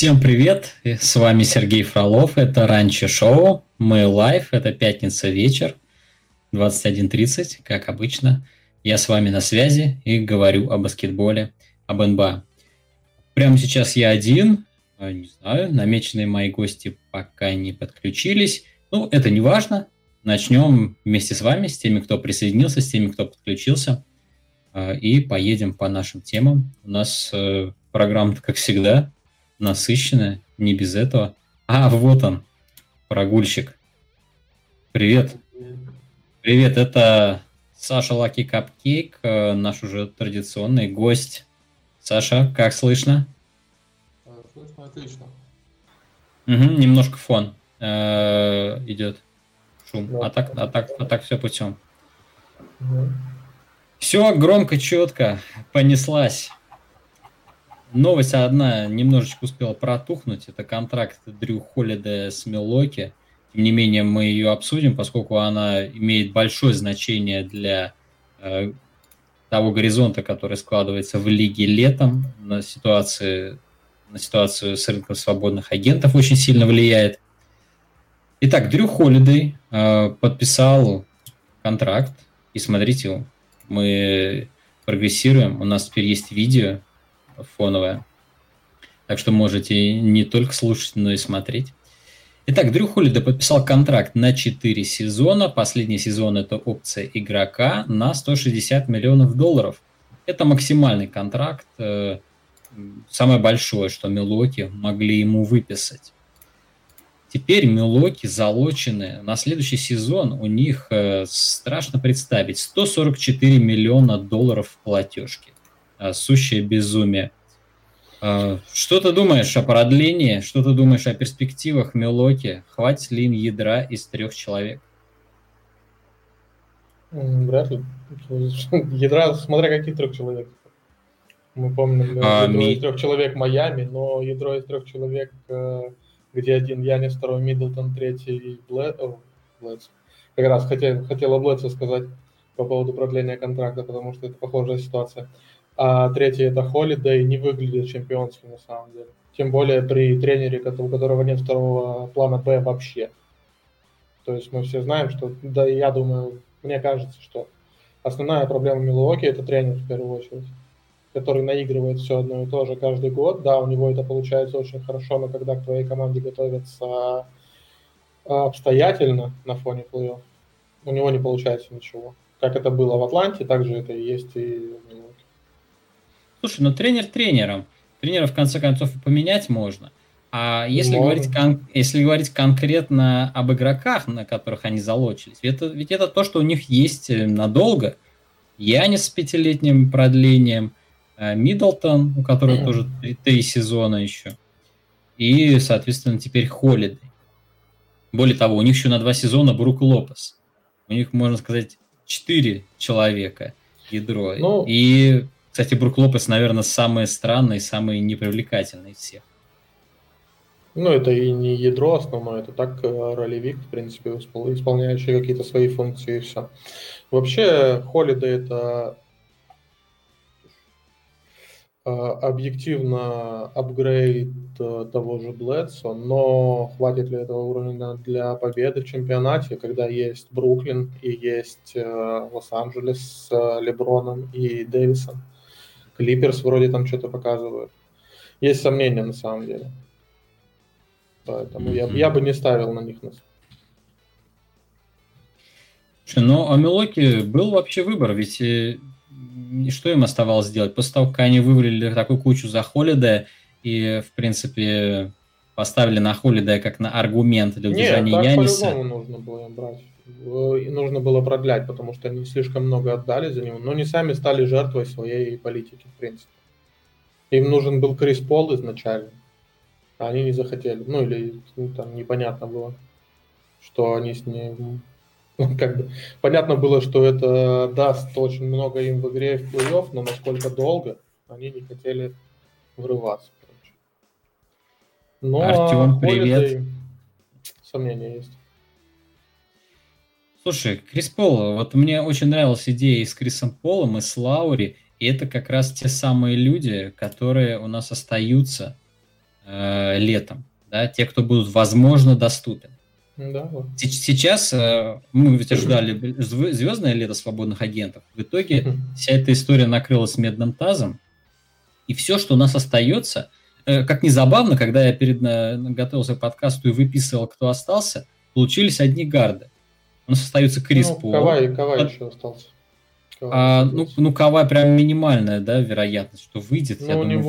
Всем привет, с вами Сергей Фролов, это Ранчо Шоу, мы лайв, это пятница вечер, 21:30, как обычно. Я с вами на связи и говорю о баскетболе, об НБА. Прямо сейчас я один, не знаю, намеченные мои гости пока не подключились. Ну, это не важно, начнем вместе с вами, с теми, кто присоединился, с теми, кто подключился, и поедем по нашим темам. У нас программа, как всегда, насыщенная, не без этого. Вот он, прогульщик. Привет. Привет, это Саша Лаки Капкейк, наш уже традиционный гость. Саша, как слышно? Слышно отлично. Немножко фон идет, шум. Да. А так все путем. Угу. Все громко, четко, понеслась. Новость одна немножечко успела протухнуть. Это контракт Дрю Холлидея с Милуоки. Тем не менее, мы ее обсудим, поскольку она имеет большое значение для того горизонта, который складывается в лиге летом. На ситуацию с рынком свободных агентов очень сильно влияет. Итак, Дрю Холлидей подписал контракт. И смотрите, мы прогрессируем. У нас теперь есть видео фоновая. Так что можете не только слушать, но и смотреть. Итак, Дрю Холлидей подписал контракт на 4 сезона. Последний сезон – это опция игрока на $160 миллионов. Это максимальный контракт, самое большое, что Милуоки могли ему выписать. Теперь Милуоки залочены на следующий сезон. У них, страшно представить, $144 миллиона в платежке. Сущее безумие. Что ты думаешь о продлении? Что ты думаешь о перспективах Милуоки? Хватит ли им ядра из 3 человек? Вряд ли. Ядра, смотря каких 3 человек. Мы помним ядро из 3 человек Майами, но ядро из 3 человек, где один Янис, второй Миддлтон, третий Блэдс. Как раз хотел о Блэдсе сказать по поводу продления контракта, потому что это похожая ситуация. А третий это Холлидей, не выглядит чемпионским на самом деле. Тем более при тренере, у которого нет второго плана Б вообще. То есть мы все знаем, что, да, я думаю, мне кажется, что основная проблема Милуоки это тренер в первую очередь, который наигрывает все одно и то же каждый год. Да, у него это получается очень хорошо, но когда к твоей команде готовятся обстоятельно на фоне плей-офф, у него не получается ничего. Как это было в Атланте, так же это и есть и в Милуоки. Слушай, ну тренер тренером. Тренера, в конце концов, и поменять можно. А если говорить конкретно об игроках, на которых они залочились, ведь это то, что у них есть надолго. Янис с 5-летним продлением, Миддлтон, у которого тоже 3 сезона еще, и, соответственно, теперь Холлидей. Более того, у них еще на 2 сезона Брук Лопес. У них, можно сказать, 4 человека ядро. И, кстати, Брук Лопес, наверное, самый странный, самый непривлекательный из всех. Ну, это и не ядро основное, это так ролевик, в принципе, исполняющий какие-то свои функции и все. Вообще, Холлидей это объективно апгрейд того же Блэдсо, но хватит ли этого уровня для победы в чемпионате, когда есть Бруклин и есть Лос-Анджелес с Леброном и Дэвисом. Клиперс вроде там что-то показывают. Есть сомнения на самом деле. Поэтому я бы не ставил на них нас. Ну, а Милуоки был вообще выбор, ведь что им оставалось сделать? После того, как они вывалили такую кучу за Холлидея и, в принципе, поставили на Холлидея как на аргумент для удержания Яниса. По-любому нужно было им брать. И нужно было продлять, потому что они слишком много отдали за него. Но они сами стали жертвой своей политики, в принципе. Им нужен был Крис Пол изначально. А они не захотели. Ну, или там непонятно было, что они с ним... Как бы понятно было, что это даст очень много им в игре в плей-офф, но насколько долго они не хотели врываться. Но Артем, привет. Сомнения есть. Слушай, Крис Пол, вот мне очень нравилась идея с Крисом Полом и с Лаури, и это как раз те самые люди, которые у нас остаются летом, да, те, кто будут, возможно, доступен. Да. Сейчас мы ведь ожидали звездное лето свободных агентов. В итоге вся эта история накрылась медным тазом. И все, что у нас остается, как ни забавно, когда я готовился к подкасту и выписывал, кто остался, получились одни гарды. У нас остаются Крис Пол. Кавай еще остался. Кавай прям минимальная, да, вероятность, что выйдет. Я думаю,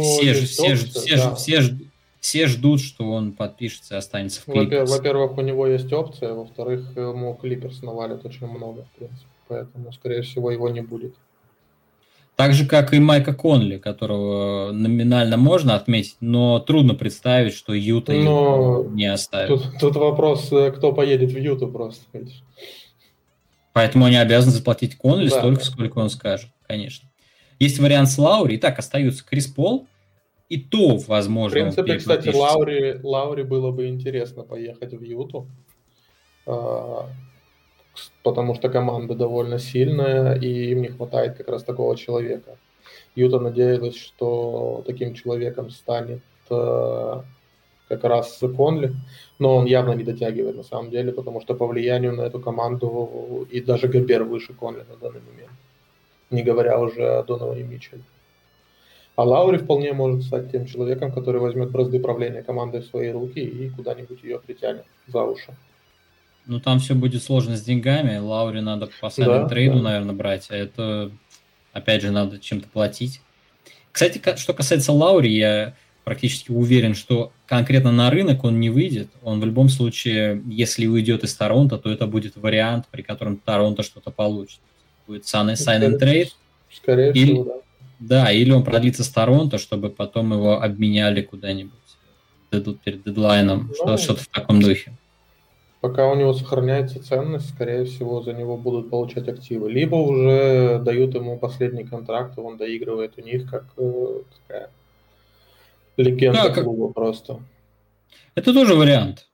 все ждут, что он подпишется и останется в Клиперс. Во-первых, у него есть опция, во-вторых, ему Клиперс навалят очень много, в принципе, поэтому, скорее всего, его не будет. Так же, как и Майка Конли, которого номинально можно отметить, но трудно представить, что Юта его не оставит. Тут вопрос, кто поедет в Юту просто. Поэтому они обязаны заплатить Конли столько, сколько он скажет, конечно. Есть вариант с Лаури. Итак, остаются Крис Пол, и то, возможно, в принципе, кстати, Лаури было бы интересно поехать в Юту, потому что команда довольно сильная, и им не хватает как раз такого человека. Юта надеялась, что таким человеком станет как раз Конли, но он явно не дотягивает на самом деле, потому что по влиянию на эту команду и даже Гобер выше Конли на данный момент, не говоря уже о Доноване Митчелле. А Лаури вполне может стать тем человеком, который возьмет бразды правления командой в свои руки и куда-нибудь ее притянет за уши. Ну, там все будет сложно с деньгами. Лаури надо по трейду, наверное, брать. А это, опять же, надо чем-то платить. Кстати, что касается Лаури, я практически уверен, что конкретно на рынок он не выйдет. Он в любом случае, если уйдет из Торонто, то это будет вариант, при котором Торонто что-то получит. Будет sign and trade. Скорее всего, да. Да, или он продлится с Торонто, чтобы потом его обменяли куда-нибудь перед дедлайном, что-то в таком духе. Пока у него сохраняется ценность, скорее всего, за него будут получать активы. Либо уже дают ему последний контракт, и он доигрывает у них как такая легенда клуба просто. Это тоже вариант.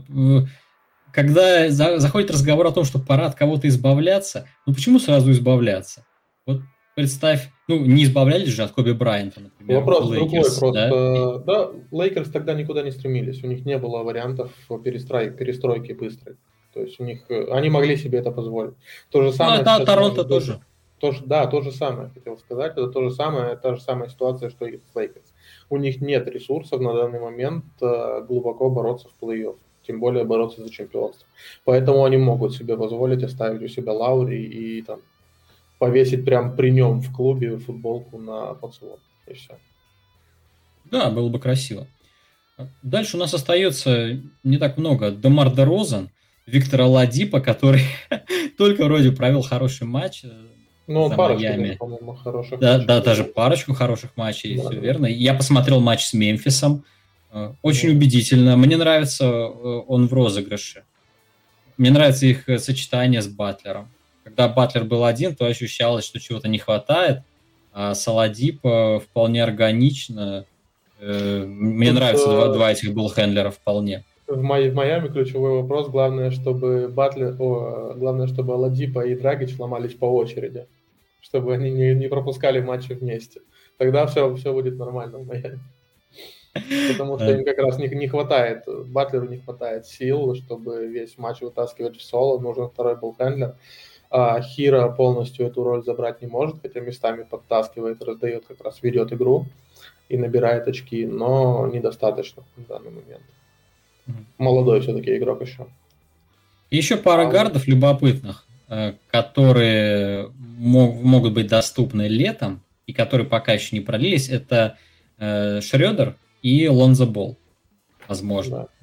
Когда заходит разговор о том, что пора от кого-то избавляться, почему сразу избавляться? Вот представь, не избавлялись же от Коби Брайанта, например. Вопрос другой просто. Да, Лейкерс тогда никуда не стремились. У них не было вариантов перестройки быстрой. То есть у них они могли себе это позволить. То же самое. Торонто тоже. То же самое, хотел сказать. Это та же самая ситуация, что и с Лейкерс. У них нет ресурсов на данный момент глубоко бороться в плей-офф. Тем более бороться за чемпионство. Поэтому они могут себе позволить оставить у себя Лаури и там повесить прям при нем в клубе футболку на поцелуй. И все. Да, было бы красиво. Дальше у нас остается не так много. Демар Дерозан, Виктор Оладипо, который только вроде провел хороший матч за Майами. По-моему, хороших матчей. Да, даже парочку хороших матчей, все верно. Я посмотрел матч с Мемфисом. Очень убедительно. Мне нравится он в розыгрыше. Мне нравится их сочетание с Батлером. Когда Батлер был один, то ощущалось, что чего-то не хватает, а с Оладипо вполне органично. Мне нравятся два этих буллхендлера вполне. В Майами ключевой вопрос. Главное, чтобы Оладипо и Драгич ломались по очереди. Чтобы они не пропускали матчи вместе. Тогда все будет нормально в Майами. Потому что им как раз не хватает, Батлеру не хватает сил, чтобы весь матч вытаскивать в соло. Нужен второй буллхендлер. Хиро полностью эту роль забрать не может, хотя местами подтаскивает, раздает, как раз ведет игру и набирает очки, но недостаточно в данный момент. Молодой все-таки игрок еще. Еще пара гардов любопытных, которые могут быть доступны летом и которые пока еще не продлились. Это Шредер и Лонзо Болл, возможно. Да.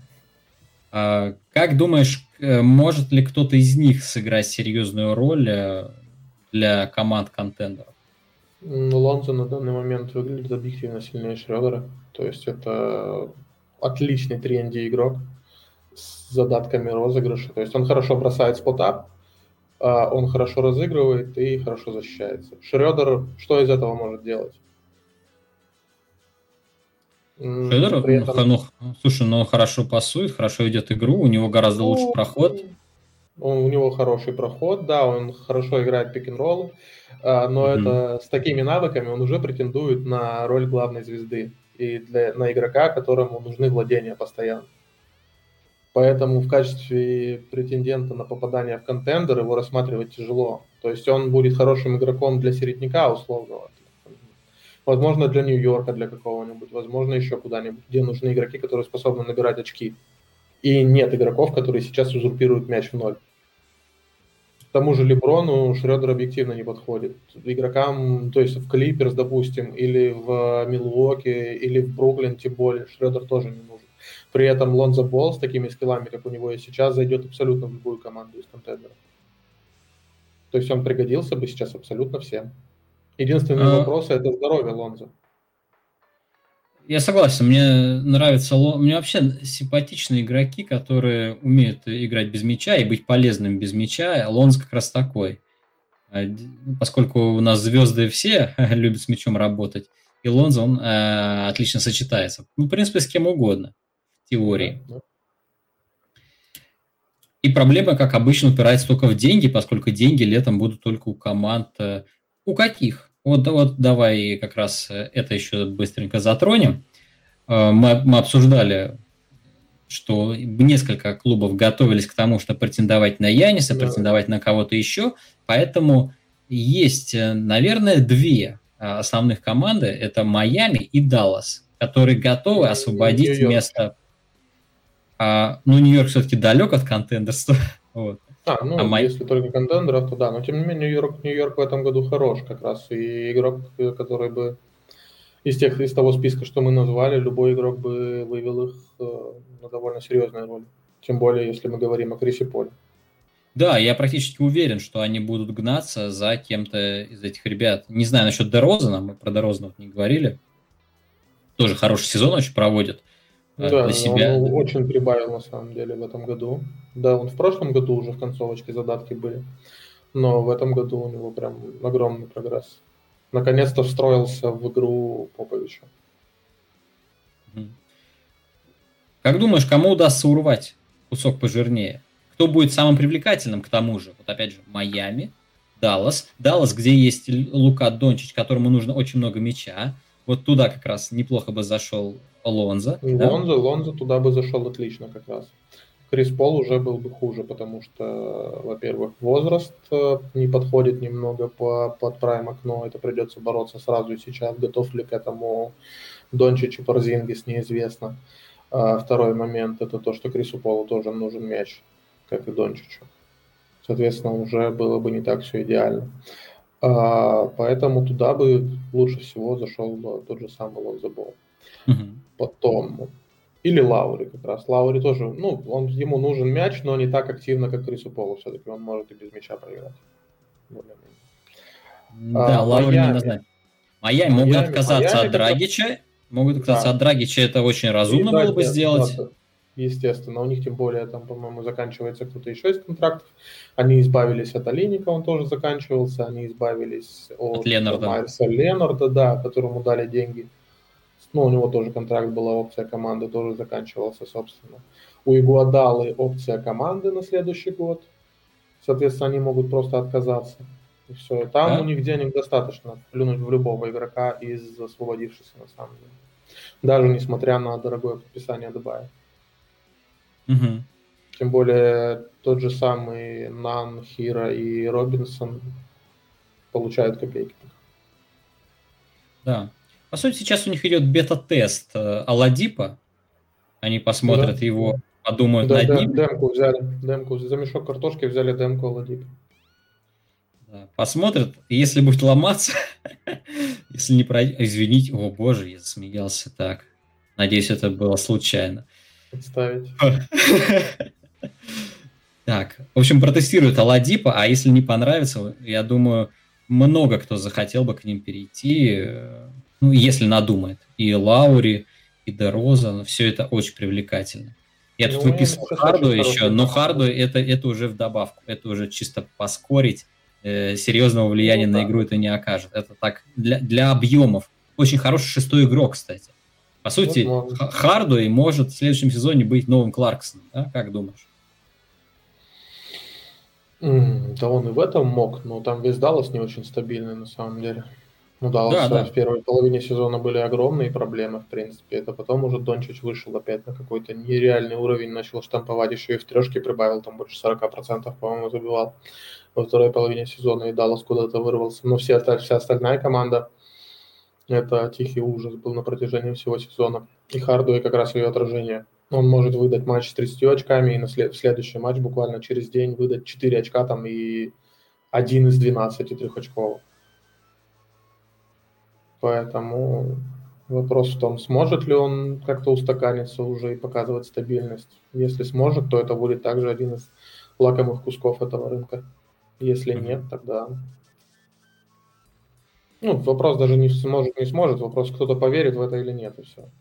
Как думаешь, может ли кто-то из них сыграть серьезную роль для команд-контендеров? Лонзо на данный момент выглядит объективно сильнее Шредера. То есть это отличный 3&D игрок с задатками розыгрыша. То есть он хорошо бросает спотап, он хорошо разыгрывает и хорошо защищается. Шредер что из этого может делать? Шредер, слушай, хорошо пасует, хорошо ведет игру, у него гораздо лучше проход. У него хороший проход, да, он хорошо играет пик-н-ролл, но это с такими навыками он уже претендует на роль главной звезды и на игрока, которому нужны владения постоянно. Поэтому в качестве претендента на попадание в контендер его рассматривать тяжело. То есть он будет хорошим игроком для середняка условного. Возможно, для Нью-Йорка, для какого-нибудь. Возможно, еще куда-нибудь, где нужны игроки, которые способны набирать очки. И нет игроков, которые сейчас узурпируют мяч в ноль. К тому же Леброну Шредер объективно не подходит. Игрокам, то есть в Клиперс, допустим, или в Милуоки, или в Бруклин, тем более, Шредер тоже не нужен. При этом Лонзо Болл с такими скиллами, как у него есть сейчас, зайдет абсолютно в любую команду из контендера. То есть он пригодился бы сейчас абсолютно всем. Единственный вопрос – это здоровье Лонзо. Я согласен, мне нравятся, мне вообще симпатичные игроки, которые умеют играть без мяча и быть полезным без мяча. Лонз как раз такой. Поскольку у нас звезды все любят с мячом работать, и Лонзо, он отлично сочетается. Ну, в принципе, с кем угодно, в теории. Да. И проблема, как обычно, упирается только в деньги, поскольку деньги летом будут только у команд. У каких? Вот давай как раз это еще быстренько затронем. Мы обсуждали, что несколько клубов готовились к тому, чтобы претендовать на Яниса, претендовать на кого-то еще. Поэтому есть, наверное, две основных команды. Это Майами и Даллас, которые готовы освободить место. Ну, Нью-Йорк все-таки далек от контендерства. Вот. Если только контендеров, то да. Но, тем не менее, Нью-Йорк в этом году хорош как раз. И игрок, который бы из того списка, что мы назвали, любой игрок бы вывел их на довольно серьезную роль. Тем более, если мы говорим о Крисе Поле. Да, я практически уверен, что они будут гнаться за кем-то из этих ребят. Не знаю насчет Дерозана, мы про Дерозана не говорили. Тоже хороший сезон очень проводит. Да, для себя. Он очень прибавил на самом деле в этом году. Да, он в прошлом году уже в концовочке задатки были. Но в этом году у него прям огромный прогресс. Наконец-то встроился в игру Поповича. Как думаешь, кому удастся урвать кусок пожирнее? Кто будет самым привлекательным к тому же? Вот опять же, Майами, Даллас. Даллас, где есть Лука Дончич, которому нужно очень много мяча. Вот туда как раз неплохо бы зашел Лонзо. Лонзо туда бы зашел отлично как раз. Крис Пол уже был бы хуже, потому что, во-первых, возраст не подходит немного под прайм-окно. Это придется бороться сразу и сейчас. Готов ли к этому Дончич и Порзингис, неизвестно. Второй момент – это то, что Крису Полу тоже нужен мяч, как и Дончичу. Соответственно, уже было бы не так все идеально. Поэтому туда бы лучше всего зашел бы тот же самый Лонзо Болл. Потом... Или Лаури как раз. Лаури тоже, ему нужен мяч, но не так активно, как Крису Полу. Все-таки он может и без мяча проиграть. Да, Лаури не назначен. Майами могут отказаться от Драгича. Могут отказаться от Драгича, это очень разумно было бы сделать. Да, естественно, у них тем более, там, по-моему, заканчивается кто-то еще из контрактов. Они избавились от Олейника, он тоже заканчивался. Они избавились от Майерса Ленарда, да, которому дали деньги. У него тоже контракт была, опция команды тоже заканчивался, собственно. У Игуадалы опция команды на следующий год. Соответственно, они могут просто отказаться. И все. Там у них денег достаточно плюнуть в любого игрока из освободившихся на самом деле. Даже несмотря на дорогое подписание Дубая. Тем более тот же самый Нан, Хира и Робинсон получают копейки. Да. По сути, сейчас у них идет бета-тест Аладипа. Они посмотрят его, подумают над ним. Демку за мешок картошки взяли демку Аладипа. Да, посмотрят, если будет ломаться, если не пройдет... Извините, о боже, я засмеялся так. Надеюсь, это было случайно. Представить. Так, в общем, протестируют Аладипа, а если не понравится, я думаю, много кто захотел бы к ним перейти, если надумает. И Лаури, и Дерозан, все это очень привлекательно. Я тут выписывал Харду еще, но Харду это уже в добавку, это уже чисто поскорить, серьезного влияния на игру это не окажет. Это так, для объемов. Очень хороший шестой игрок, кстати. По сути, Харду и может в следующем сезоне быть новым Кларксоном, да? Как думаешь? Да он и в этом мог, но там весь Даллас не очень стабильный на самом деле. Ну да, в первой половине сезона были огромные проблемы, в принципе. Это потом уже Дончич вышел опять на какой-то нереальный уровень, начал штамповать, еще и в трешке прибавил, там больше 40%, по-моему, забивал во второй половине сезона, и Даллас куда-то вырвался. Но вся остальная команда, это тихий ужас был на протяжении всего сезона. И Хардуэй как раз ее отражение. Он может выдать матч с 30 очками, и в следующий матч буквально через день выдать 4 очка там и 1 из 12 трехочковых. Поэтому вопрос в том, сможет ли он как-то устаканиться уже и показывать стабильность. Если сможет, то это будет также один из лакомых кусков этого рынка. Если нет, тогда... Ну, вопрос даже не сможет, не сможет. Вопрос, кто-то поверит в это или нет, и все.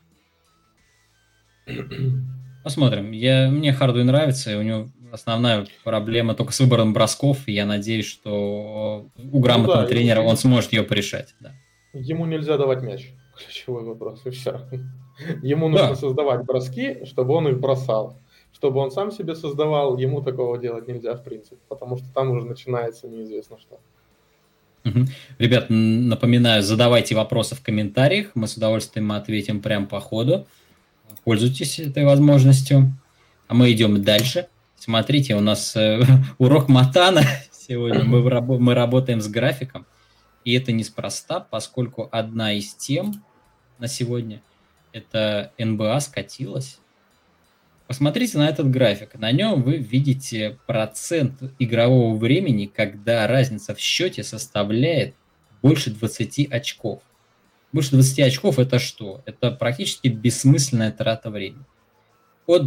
Посмотрим. Мне Хардуэй нравится, и у него основная проблема только с выбором бросков, и я надеюсь, что у грамотного тренера он сможет ее порешать. Да. Ему нельзя давать мяч. Ключевой вопрос, и все. Ему нужно создавать броски, чтобы он их бросал. Чтобы он сам себе создавал, ему такого делать нельзя, в принципе, потому что там уже начинается неизвестно что. Ребят, напоминаю, задавайте вопросы в комментариях, мы с удовольствием ответим прямо по ходу. Пользуйтесь этой возможностью. А мы идем дальше. Смотрите, у нас урок Матана сегодня. Мы работаем с графиком. И это неспроста, поскольку одна из тем на сегодня – это НБА скатилась. Посмотрите на этот график. На нем вы видите процент игрового времени, когда разница в счете составляет больше 20 очков. Больше 20 очков – это что? Это практически бессмысленная трата времени. От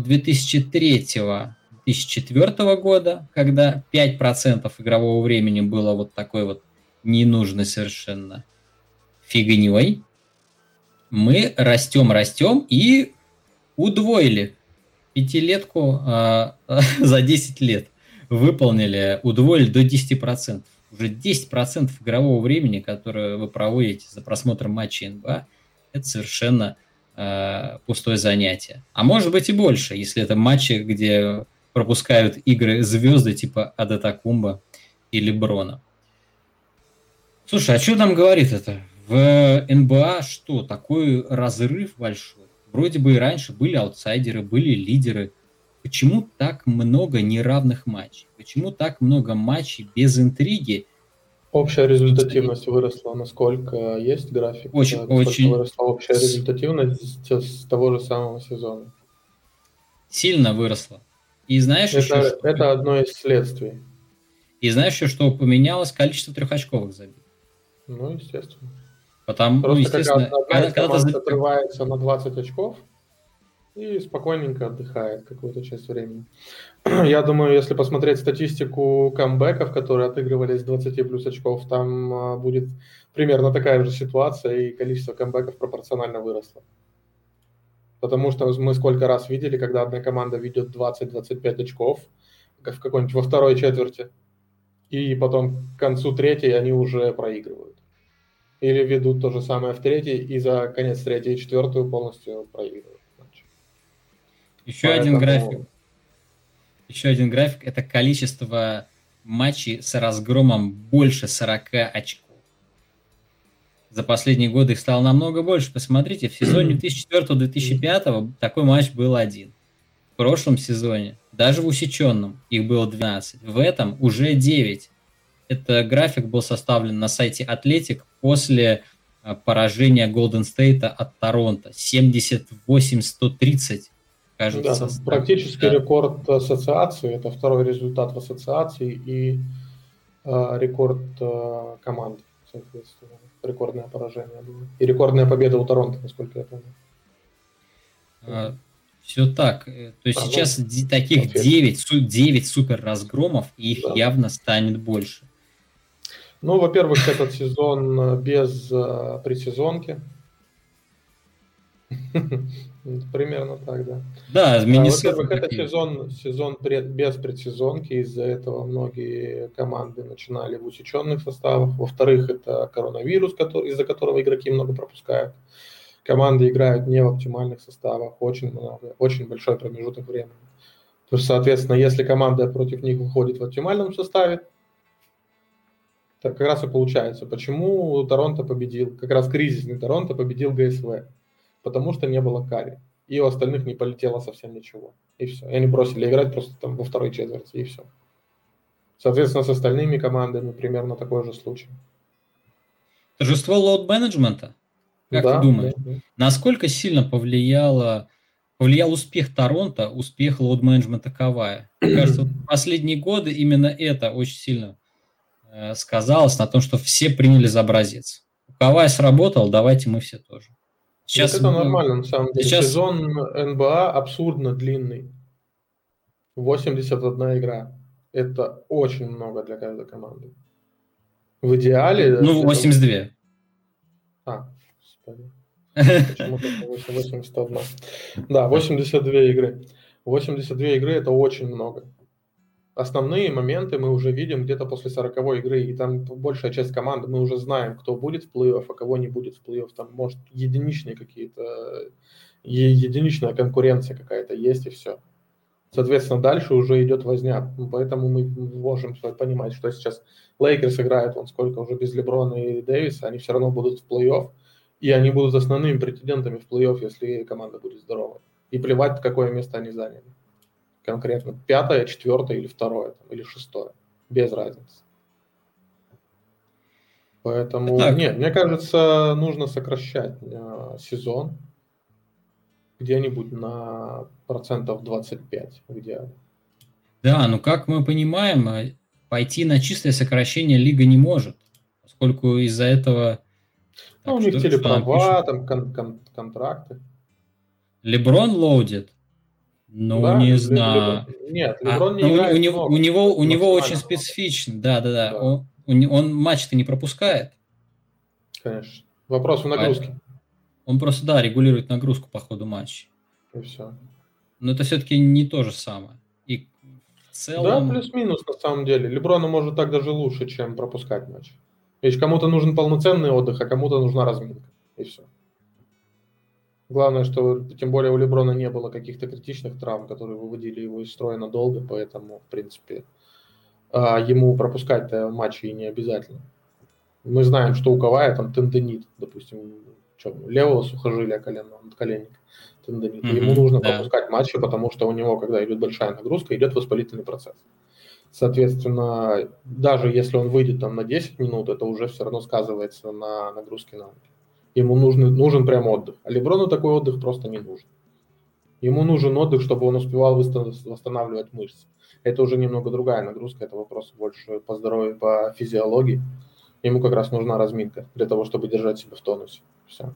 2003-2004 года, когда 5% игрового времени было вот такой вот ненужной совершенно фигней, мы растем и удвоили пятилетку за 10 лет. Выполнили, удвоили до 10%. Уже 10% игрового времени, которое вы проводите за просмотром матчей НБА, это совершенно пустое занятие. А может быть и больше, если это матчи, где пропускают игры звезды типа Адетокумбо или Брона. Слушай, а что там говорит это? В НБА что, такой разрыв большой? Вроде бы и раньше были аутсайдеры, были лидеры. Почему так много неравных матчей? Почему так много матчей без интриги? Общая результативность выросла, насколько есть график? Очень выросла общая результативность с того же самого сезона. Сильно выросла. И знаешь это одно из следствий. И знаешь еще, что поменялось количество трехочковых забитых? Ну, естественно. Естественно, когда команда отрывается на 20 очков и спокойненько отдыхает какую-то часть времени. Я думаю, если посмотреть статистику камбэков, которые отыгрывались 20 плюс очков, там будет примерно такая же ситуация, и количество камбэков пропорционально выросло. Потому что мы сколько раз видели, когда одна команда ведет 20-25 очков в какой-нибудь во второй четверти, и потом к концу третьей они уже проигрывают. Или ведут то же самое в третьей, и за конец третьей и четвертую полностью проигрывают. Еще один график – это количество матчей с разгромом больше 40 очков. За последние годы их стало намного больше. Посмотрите, в сезоне 2004-2005 такой матч был один. В прошлом сезоне, даже в усеченном, их было 12. В этом уже 9. Этот график был составлен на сайте Athletic после поражения Golden State от Торонто. 78-130. Кажется, да, практически рекорд ассоциации. Это второй результат в ассоциации и рекорд команд, соответственно. Рекордное поражение было. И рекордная победа у Торонто, насколько я помню. Все так. То есть сейчас таких 9 супер разгромов, и их явно станет больше. Ну, во-первых, этот сезон без предсезонки. Примерно так, да. Да, во-первых, это сезон без предсезонки, из-за этого многие команды начинали в усеченных составах. Во-вторых, это коронавирус, из-за которого игроки много пропускают. Команды играют не в оптимальных составах, очень большой промежуток времени. То есть, соответственно, если команда против них выходит в оптимальном составе, Так как раз и получается, почему Торонто победил, как раз кризисный Торонто победил ГСВ, потому что не было Карри, и у остальных не полетело совсем ничего, и все. И они бросили играть просто там во второй четверти, и все. Соответственно, с остальными командами примерно такой же случай. Торжество лоуд-менеджмента? Как ты Да, думаешь, да. насколько сильно повлиял успех Торонто, успех лоуд-менеджмента Кавая? Мне кажется, вот в последние годы именно это очень сильно сказалось на том, что все приняли за образец. Кавай сработал, давайте мы все тоже. Сейчас, вот это нормально, на самом деле. Сейчас... Сезон НБА абсурдно длинный. 81 игра. Это очень много для каждой команды. В идеале... Ну, 82. Господи. Почему-то 81. Да, 82 игры. 82 игры – это очень много. Основные моменты мы уже видим где-то после 40-й игры, и там большая часть команды, мы уже знаем, кто будет в плей-офф, а кого не будет в плей-офф. Там, может, единичная конкуренция какая-то есть, и все. Соответственно, дальше уже идет возня. Поэтому мы можем понимать, что сейчас Лейкерс играют, сколько уже без Леброна и Дэвиса, они все равно будут в плей-офф, и они будут основными претендентами в плей-офф, если команда будет здорова. И плевать, какое место они заняли. Конкретно 5-е, 4-е или 2-е, или 6-е. Без разницы. Поэтому, нет, мне кажется, нужно сокращать сезон где-нибудь на 25% в идеале. Да, но как мы понимаем, пойти на чистое сокращение лига не может, поскольку из-за этого... у них телеправа, там контракты. Леброн лоудит? Ну, да, не знаю. Нет, Леброн не играет много. У него очень специфично. Да. Он матч-то не пропускает. Конечно. Вопрос в нагрузке. Он просто, да, регулирует нагрузку по ходу матча. И все. Но это все-таки не то же самое. И в целом... Да, плюс-минус на самом деле. Леброну может так даже лучше, чем пропускать матч. Ведь кому-то нужен полноценный отдых, а кому-то нужна разминка. И все. Главное, что тем более у Леброна не было каких-то критичных травм, которые выводили его из строя надолго, поэтому, в принципе, ему пропускать-то матчи и не обязательно. Мы знаем, что у Кавая там тендонит, допустим, левого сухожилия коленного, надколенника, тендонит. Ему нужно пропускать матчи, потому что у него, когда идет большая нагрузка, идет воспалительный процесс. Соответственно, даже если он выйдет там на 10 минут, это уже все равно сказывается на нагрузке на ноги. Ему нужен прям отдых. А Леброну такой отдых просто не нужен. Ему нужен отдых, чтобы он успевал восстанавливать мышцы. Это уже немного другая нагрузка, это вопрос больше по здоровью, по физиологии. Ему как раз нужна разминка для того, чтобы держать себя в тонусе. Все.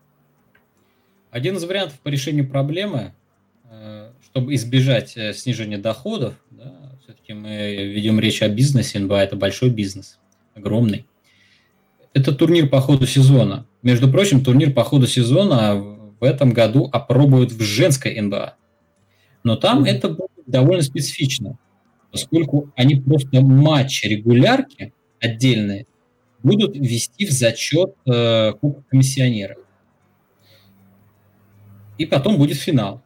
Один из вариантов по решению проблемы, чтобы избежать снижения доходов, да, все-таки мы ведем речь о бизнесе, НБА – это большой бизнес, огромный. Это турнир по ходу сезона. Между прочим, турнир по ходу сезона в этом году опробуют в женской НБА. Но там это будет довольно специфично, поскольку они просто матчи регулярки отдельные будут ввести в зачет Кубка комиссионеров. И потом будет финал.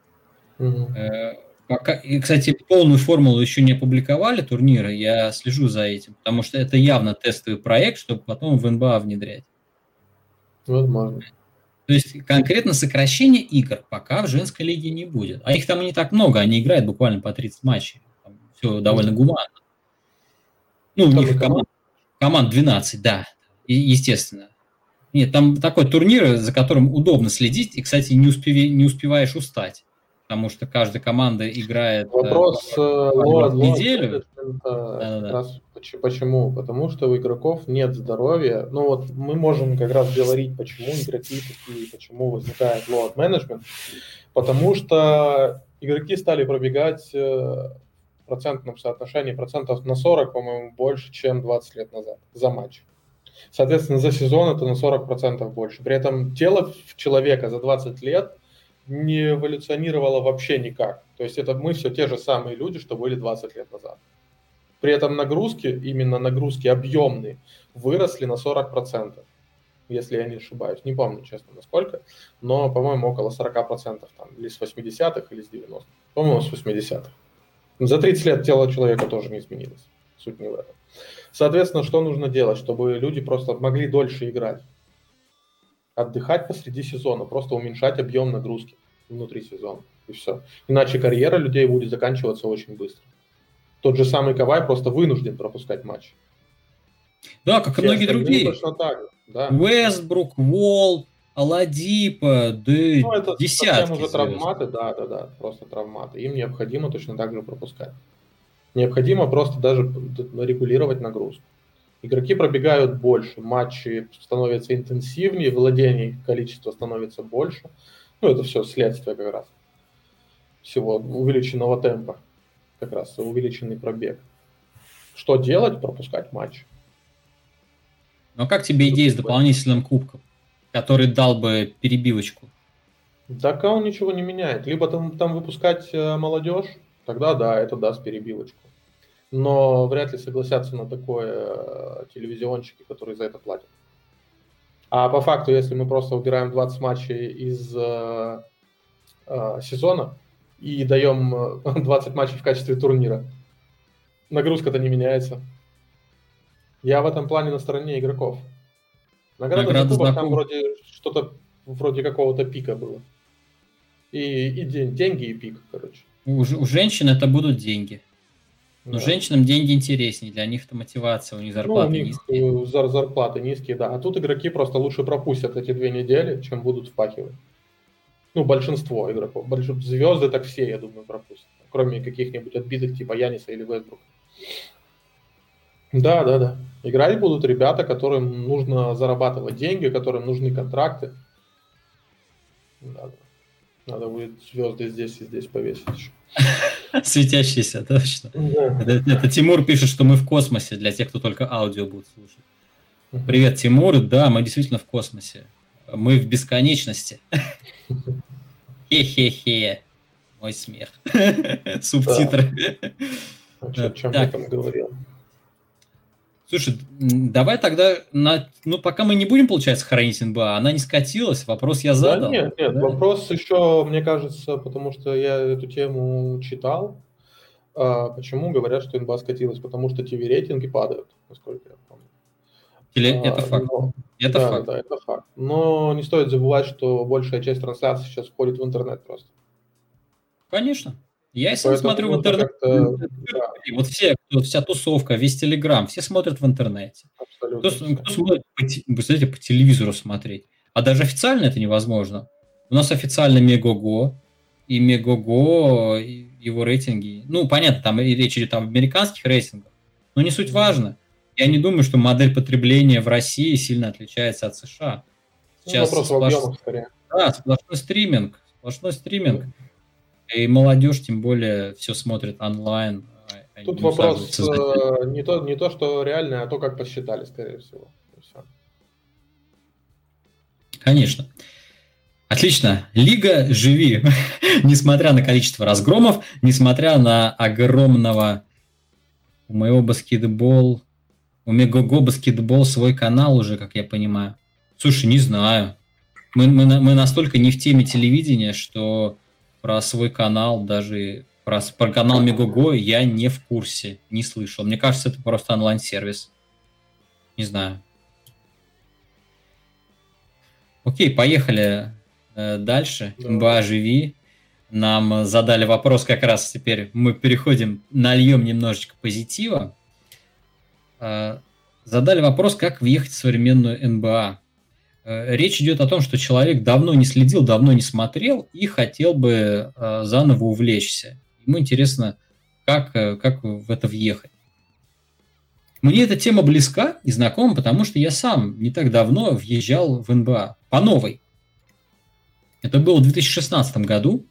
И, кстати, полную формулу еще не опубликовали турнира, я слежу за этим, потому что это явно тестовый проект, чтобы потом в НБА внедрять. Возможно. То есть конкретно сокращение игр пока в женской лиге не будет. А их там и не так много, они играют буквально по 30 матчей. Там все довольно гуманно. Ну, у них команд 12, да, естественно. Нет, там такой турнир, за которым удобно следить, и, кстати, не успеваешь устать. Потому что каждая команда играет вопрос в неделю. Как раз почему? Потому что у игроков нет здоровья. Ну вот мы можем как раз говорить, почему игроки такие, почему возникает load management. Потому что игроки стали пробегать в процентном соотношении процентов на 40, по-моему, больше, чем 20 лет назад за матч. Соответственно, за сезон это на 40% больше. При этом тело человека за 20 лет не эволюционировало вообще никак. То есть это мы все те же самые люди, что были 20 лет назад. При этом нагрузки, именно нагрузки объемные, выросли на 40%, если я не ошибаюсь. Не помню, честно, насколько, но, по-моему, около 40%, там, или с 80-х, или с 90-х. По-моему, с 80-х. За 30 лет тело человека тоже не изменилось. Суть не в этом. Соответственно, что нужно делать, чтобы люди просто могли дольше играть? Отдыхать посреди сезона, просто уменьшать объем нагрузки внутри сезона, и все. Иначе карьера людей будет заканчиваться очень быстро. Тот же самый Кавай просто вынужден пропускать матч. Да, как и многие другие. Точно так же, да. Уэстбрук, Уолл, Аладипа, да Это десятки совсем уже звезд. травматы, да, просто травматы. Им необходимо точно так же пропускать. Необходимо просто даже регулировать нагрузку. Игроки пробегают больше, матчи становятся интенсивнее, владений количество становится больше. Это все следствие как раз всего увеличенного темпа, как раз увеличенный пробег. Что делать? Пропускать матч. Но как тебе идея с дополнительным кубком, который дал бы перебивочку? Так он ничего не меняет. Либо там выпускать молодежь, тогда да, это даст перебивочку. Но вряд ли согласятся на такое телевизионщики, которые за это платят. А по факту, если мы просто убираем 20 матчей из сезона и даем 20 матчей в качестве турнира, нагрузка-то не меняется. Я в этом плане на стороне игроков. Награда за кубок, там вроде что-то вроде какого-то пика было. И деньги, и пик, короче. У женщин это будут деньги. Но женщинам деньги интереснее, для них это мотивация, у них зарплаты низкие. У них зарплаты низкие, да. А тут игроки просто лучше пропустят эти 2 недели, чем будут впахивать. Большинство игроков. Звезды так все, я думаю, пропустят. Кроме каких-нибудь отбитых типа Яниса или Вестбрука. Да. Играть будут ребята, которым нужно зарабатывать деньги, которым нужны контракты. Надо будет звезды здесь и здесь повесить еще. Светящиеся, точно. Это Тимур пишет, что мы в космосе, для тех, кто только аудио будет слушать. Привет, Тимур. Да, мы действительно в космосе. Мы в бесконечности. Хе-хе-хе. Мой смех. Субтитры. О чем я там говорил? Слушай, давай тогда, пока мы не будем, получается, хранить НБА, она не скатилась, вопрос я задал. Да, нет, вопрос еще, мне кажется, потому что я эту тему читал, почему говорят, что НБА скатилась, потому что ТВ-рейтинги падают, насколько я помню. Это факт. Да, это факт. Но не стоит забывать, что большая часть трансляций сейчас входит в интернет просто. Конечно. Я сам смотрю в интернете. Вот вся тусовка, весь Телеграм, все смотрят в интернете. Абсолютно. Кто смотрит, представляете, по телевизору смотреть? А даже официально это невозможно. У нас официально Мегого, и Мегого, его рейтинги. Понятно, там речь идет об американских рейтингах, но не суть важно. Я не думаю, что модель потребления в России сильно отличается от США. Сейчас вопрос в объемах, скорее. Да, сплошной стриминг. И молодежь, тем более, все смотрит онлайн. Тут вопрос не то, что реальное, а то, как посчитали, скорее всего. Конечно. Отлично. Лига, живи. Несмотря на количество разгромов, несмотря на огромного... У Мегого баскетбол свой канал уже, как я понимаю. Слушай, не знаю. Мы настолько не в теме телевидения, что про свой канал, даже про канал Мегого я не в курсе, не слышал. Мне кажется, это просто онлайн-сервис. Не знаю. Окей, поехали дальше. НБА, живи. Нам задали вопрос как раз теперь. Мы переходим, нальем немножечко позитива. Задали вопрос, как въехать в современную НБА. Речь идет о том, что человек давно не следил, давно не смотрел и хотел бы заново увлечься. Ему интересно, как в это въехать. Мне эта тема близка и знакома, потому что я сам не так давно въезжал в НБА по новой. Это было в 2016 году,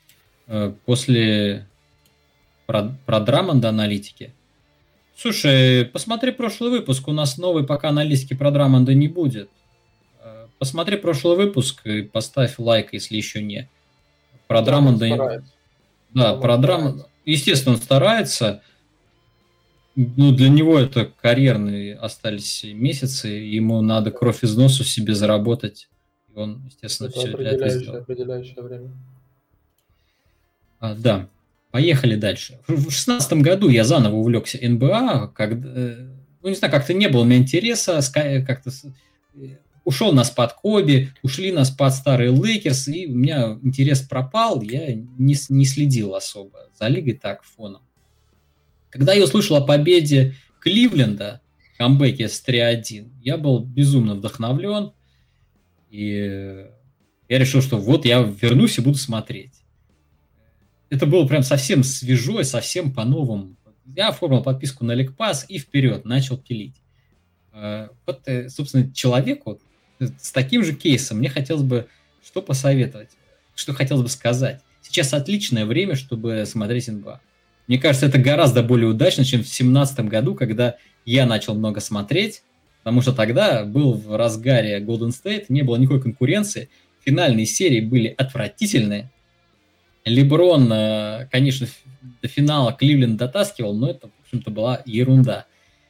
после про Драмонда аналитики. Слушай, посмотри прошлый выпуск, у нас новый пока аналитики про Драмонда не будет. Посмотри прошлый выпуск и поставь лайк, если еще не. Про Драмонда... Да, про Драмонда... Естественно, он старается. Для него это карьерные остались месяцы. Ему надо кровь из носу себе заработать. И он, естественно, это все для этого сделал. Определяющее время. Да. Поехали дальше. В 2016 году я заново увлекся НБА, когда, не знаю, как-то не было у меня интереса, как-то ушел на спад Коби, ушли на спад старые Лейкерс, и у меня интерес пропал, я не следил особо за лигой так фоном. Когда я услышал о победе Кливленда, камбэке с 3-1, я был безумно вдохновлен, и я решил, что вот я вернусь и буду смотреть. Это было прям совсем свежо, совсем по-новому. Я оформил подписку на League Pass и вперед начал пилить. Вот, собственно, человеку с таким же кейсом мне хотелось бы что посоветовать, что хотелось бы сказать. Сейчас отличное время, чтобы смотреть НБА. Мне кажется, это гораздо более удачно, чем в 2017 году, когда я начал много смотреть, потому что тогда был в разгаре Golden State, не было никакой конкуренции, финальные серии были отвратительные. Леброн, конечно, до финала Кливленд дотаскивал, но это, в общем-то, была ерунда.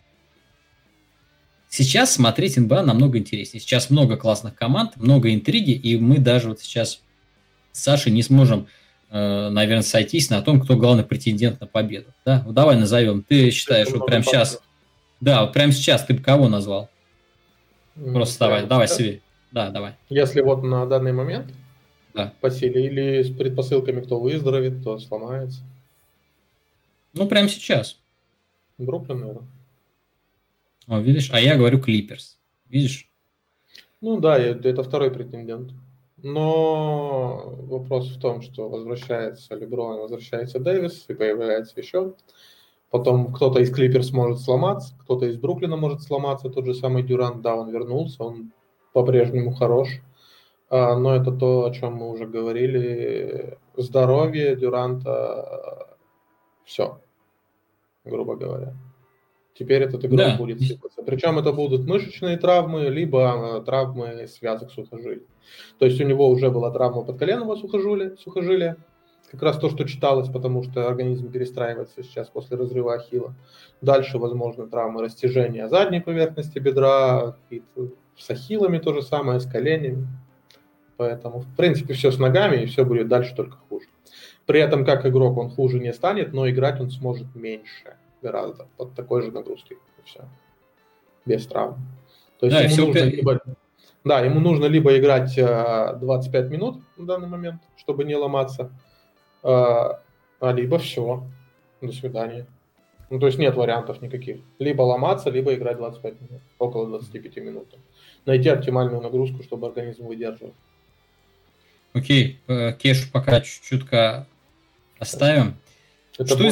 Сейчас смотреть НБА намного интереснее. Сейчас много классных команд, много интриги, и мы даже вот сейчас с Сашей не сможем, наверное, сойтись на том, кто главный претендент на победу. Да? Вот давай назовем. Ты считаешь, вот прямо сейчас... Да, вот прямо сейчас ты бы кого назвал? Просто давай себе. Да, давай. Если вот на данный момент... Да. По силе или с предпосылками, кто выздоровеет, кто сломается? Ну, прямо сейчас. Бруклин, наверное. О, видишь? А я говорю Клиперс. Видишь? Ну да, это второй претендент. Но вопрос в том, что возвращается Леброн, возвращается Дэвис, и появляется еще. Потом кто-то из Клиперс может сломаться, кто-то из Бруклина может сломаться. Тот же самый Дюрант, да, он вернулся, он по-прежнему хорош. Но это то, о чем мы уже говорили. Здоровье Дюранта, все, грубо говоря. Теперь этот игрок будет сыпаться. Причем это будут мышечные травмы, либо травмы связок сухожилий. То есть у него уже была травма подколенного сухожилия. Как раз то, что читалось, потому что организм перестраивается сейчас после разрыва ахилла. Дальше, возможно, травмы растяжения задней поверхности бедра, с ахиллами то же самое, с коленями. Поэтому, в принципе, все с ногами, и все будет дальше только хуже. При этом, как игрок, он хуже не станет, но играть он сможет меньше гораздо, под такой же нагрузкой. И все. Без травм. То есть ему нужно либо играть 25 минут в данный момент, чтобы не ломаться, либо все. До свидания. Ну, то есть нет вариантов никаких. Либо ломаться, либо играть 25 минут, около 25 минут. Найти оптимальную нагрузку, чтобы организм выдерживал. Окей, Кешу пока чуть-чутка оставим. Что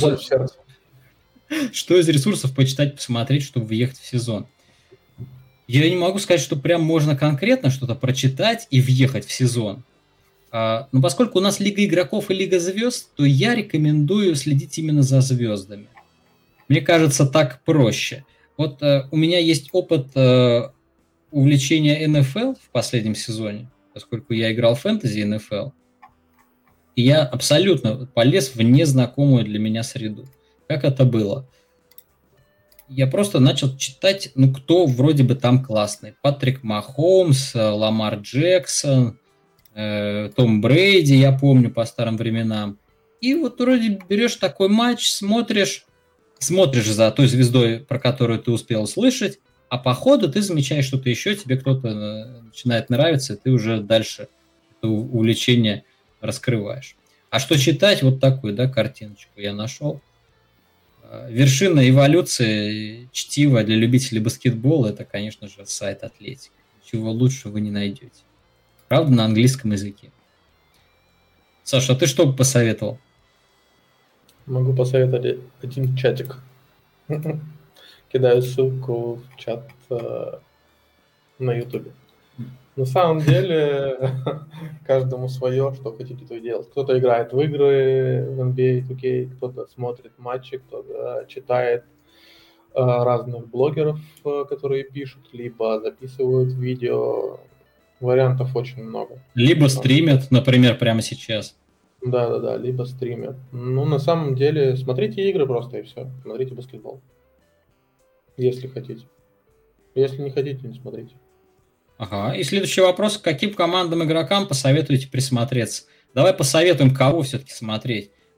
из ресурсов почитать, посмотреть, чтобы въехать в сезон? Я не могу сказать, что прям можно конкретно что-то прочитать и въехать в сезон. Но поскольку у нас Лига игроков и Лига звезд, то я рекомендую следить именно за звездами. Мне кажется, так проще. Вот у меня есть опыт увлечения НФЛ в последнем сезоне, поскольку я играл в фэнтези НФЛ, и я абсолютно полез в незнакомую для меня среду. Как это было? Я просто начал читать, кто вроде бы там классный. Патрик Махомс, Ламар Джексон, Том Брейди, я помню по старым временам. И вот вроде берешь такой матч, смотришь за той звездой, про которую ты успел услышать, а по ходу ты замечаешь что-то еще, тебе кто-то начинает нравиться, и ты уже дальше это увлечение раскрываешь. А что читать? Вот такую, картиночку я нашел. Вершина эволюции чтива для любителей баскетбола — это, конечно же, сайт Атлетик. Чего лучше вы не найдете. Правда, на английском языке. Саша, а ты что бы посоветовал? Могу посоветовать один чатик. Кидаю ссылку в чат на YouTube. На самом деле, каждому свое, что хотите, то и делать. Кто-то играет в игры в NBA 2K, кто-то смотрит матчи, кто-то читает разных блогеров, которые пишут, либо записывают видео. Вариантов очень много. Либо стримят, например, прямо сейчас. Да, либо стримят. Ну, на самом деле, смотрите игры просто и все. Смотрите баскетбол. Если хотите. Если не хотите, не смотрите. Ага. И следующий вопрос. К каким командам игрокам посоветуете присмотреться? Давай посоветуем, кого все-таки смотреть.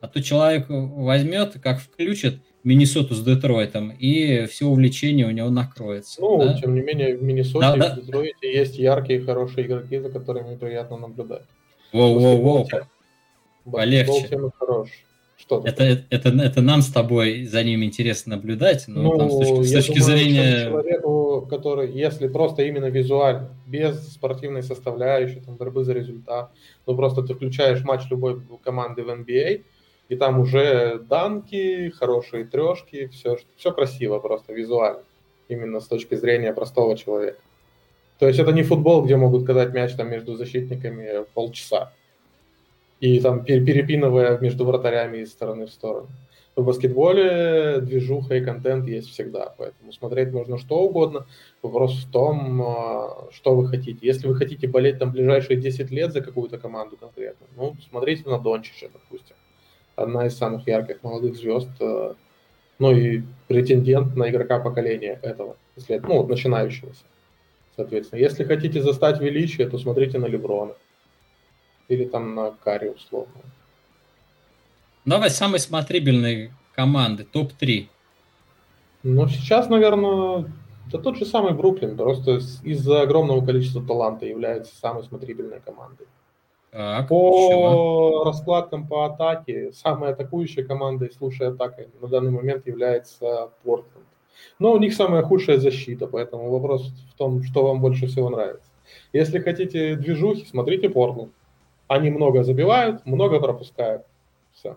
А то человек возьмет, как включит Миннесоту с Детройтом, и все увлечение у него накроется. Ну, да? тем не менее, в Миннесоте и в Детройте есть яркие, хорошие игроки, за которыми приятно наблюдать. Воу-воу-воу, Баскетбол полегче. тем и хорош. Что Это нам с тобой за ними интересно наблюдать, но там с точки зрения... человеку, который, если просто именно визуально, без спортивной составляющей, там, борьбы за результат, ну просто ты включаешь матч любой команды в NBA, и там уже данки, хорошие трешки, все красиво просто визуально, именно с точки зрения простого человека. То есть это не футбол, где могут катать мяч там между защитниками полчаса и там перепинывая между вратарями из стороны в сторону. В баскетболе движуха и контент есть всегда, поэтому смотреть можно что угодно. Вопрос в том, что вы хотите. Если вы хотите болеть там ближайшие 10 лет за какую-то команду конкретно, ну, смотрите на Дончича, допустим. Одна из самых ярких молодых звезд, ну и претендент на игрока поколения этого, ну, начинающегося, соответственно. Если хотите застать величие, то смотрите на Леброна. Или там на Карри условно. Давай самые смотрибельные команды, топ-3. Ну, сейчас, наверное, да тот же самый Бруклин, просто из-за огромного количества таланта является самой смотрибельной командой. Так, по раскладкам по атаке, самой атакующей командой, слушая атакой, на данный момент является Портленд. Но у них самая худшая защита, поэтому вопрос в том, что вам больше всего нравится. Если хотите движухи, смотрите Портленд. Они много забивают, много пропускают. Все.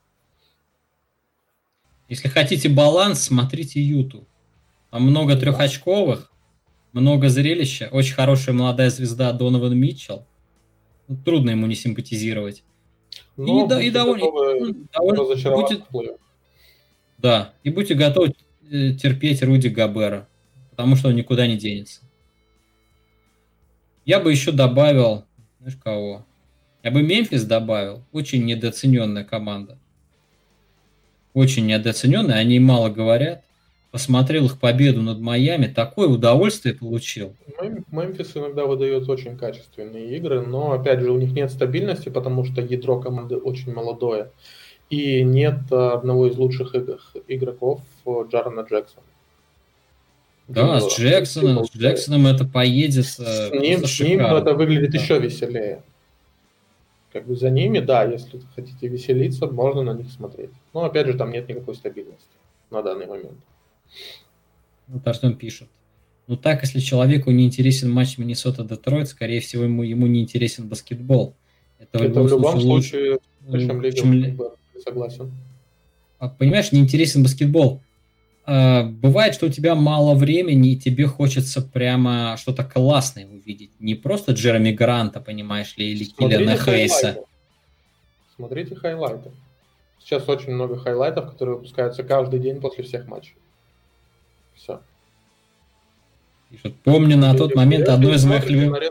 Если хотите баланс, смотрите Юту. Там много трехочковых, много зрелища, очень хорошая молодая звезда Донован Митчелл. Ну, трудно ему не симпатизировать. Но и довольно будет... Да, и будьте готовы терпеть Руди Гобера, потому что он никуда не денется. Я бы еще добавил, знаешь кого? Я бы Мемфис добавил. Очень недооцененная команда. Очень недооцененная, они мало говорят. Посмотрел их победу над Майами, такое удовольствие получил. Мемфис иногда выдает очень качественные игры, но, опять же, у них нет стабильности, потому что ядро команды очень молодое. И нет одного из лучших игроков Джарена Джексона. Да, с Джексоном это поедет. С ним это выглядит еще веселее. Как бы за ними, да, если хотите веселиться, можно на них смотреть. Но, опять же, там нет никакой стабильности на данный момент. Ну, то, что он пишет. Ну, так, если человеку не интересен матч Миннесота-Детройт, скорее всего, ему не интересен баскетбол. Это в любом случае лучше, согласен. Понимаешь, не интересен баскетбол. Бывает, что у тебя мало времени, и тебе хочется прямо что-то классное увидеть. Не просто Джереми Гранта, понимаешь ли, или Киллиана Хейса. Смотрите хайлайты. Сейчас очень много хайлайтов, которые выпускаются каждый день после всех матчей. Все. Помню на тот момент одну из моих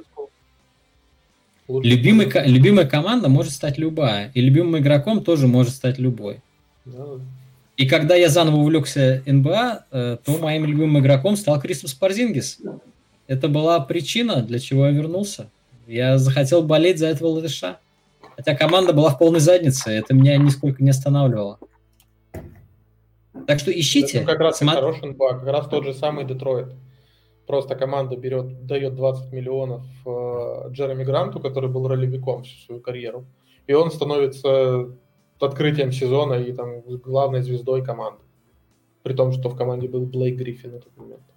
любимая команда может стать любая. И любимым игроком тоже может стать любой. Да. И когда я заново увлекся НБА, то моим любимым игроком стал Криспас Порзингис. Это была причина, для чего я вернулся. Я захотел болеть за этого латыша. Хотя команда была в полной заднице, это меня нисколько не останавливало. Так что ищите. Это как раз хороший НБА, как раз тот же самый Детройт. Просто команда дает 20 миллионов Джереми Гранту, который был ролевиком всю свою карьеру. И он становится открытием сезона и там главной звездой команды. При том, что в команде был Блейк Гриффин на тот момент.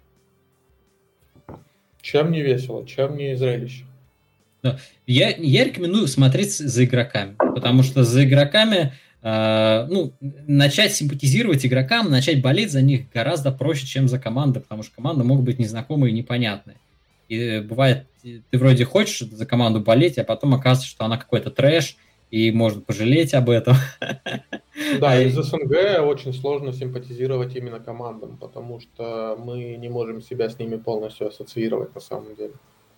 Чем не весело, чем не зрелище. Я рекомендую смотреть за игроками, потому что за игроками начать симпатизировать игрокам, начать болеть за них гораздо проще, чем за команды, потому что команды могут быть незнакомые и непонятные. И бывает, ты вроде хочешь за команду болеть, а потом оказывается, что она какой-то трэш, и можно пожалеть об этом. Да, из СНГ очень сложно симпатизировать именно командам, потому что мы не можем себя с ними полностью ассоциировать на самом деле.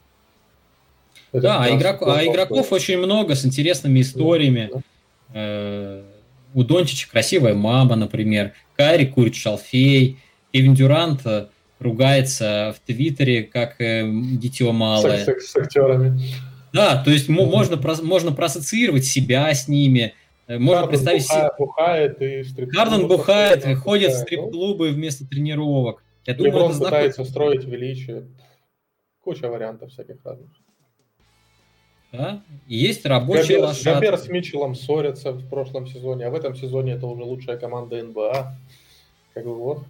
Да, игроков очень много с интересными историями. У Дончича красивая мама, например. Карри курит шалфей. Кевин Дюрант ругается в Твиттере, как дитё малое. С актерами. Да, то есть можно проассоциировать себя с ними. Можно представить себе... бухает и стрип-клубы. Харден бухает, ходит в стрип-клубы вместо тренировок. Я думаю, Леброн пытается строить величие. Куча вариантов всяких разных. Да? Есть рабочие лошадки. Гобер с Митчеллом ссорятся в прошлом сезоне, а в этом сезоне это уже лучшая команда НБА. Как бы вот.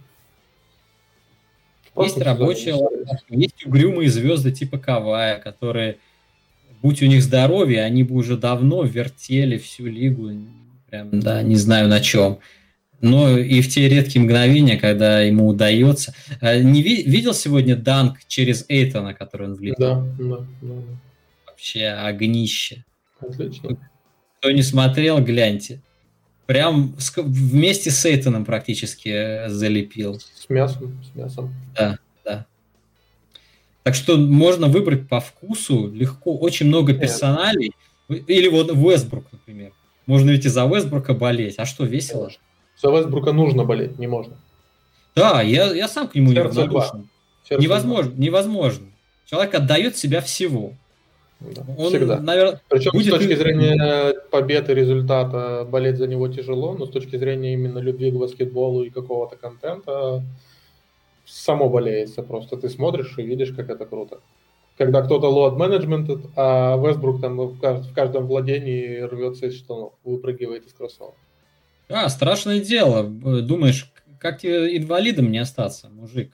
Есть рабочие лошадки, есть угрюмые звезды типа Кавая, которые, будь у них здоровье, они бы уже давно вертели всю лигу. Прям, да, не знаю на чем. Но и в те редкие мгновения, когда ему удается. Не видел сегодня данк через Эйтона, который он влетел? Да. Вообще огнище. Отлично. Кто не смотрел, гляньте. Прям вместе с Эйтоном практически залепил. С мясом. Да. Так что можно выбрать по вкусу легко. Очень много персоналей. Или вот Уэстбрук, например. Можно ведь и за Уэстбрука болеть. А что, весело? За Уэстбрука нужно болеть, не можно. Да, я сам к нему неравнодушен. Невозможно. Человек отдает себя всего. Да, он, всегда. Наверное, причем с точки зрения победы, результата болеть за него тяжело, но с точки зрения именно любви к баскетболу и какого-то контента само болеется просто. Ты смотришь и видишь, как это круто. Когда кто-то лоад-менеджмент, а Вестбрук там в каждом владении рвется из штанов, выпрыгивает из кроссовок. Страшное дело. Думаешь, как тебе инвалидом не остаться, мужик?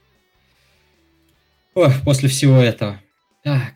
Ой, после всего этого. Так.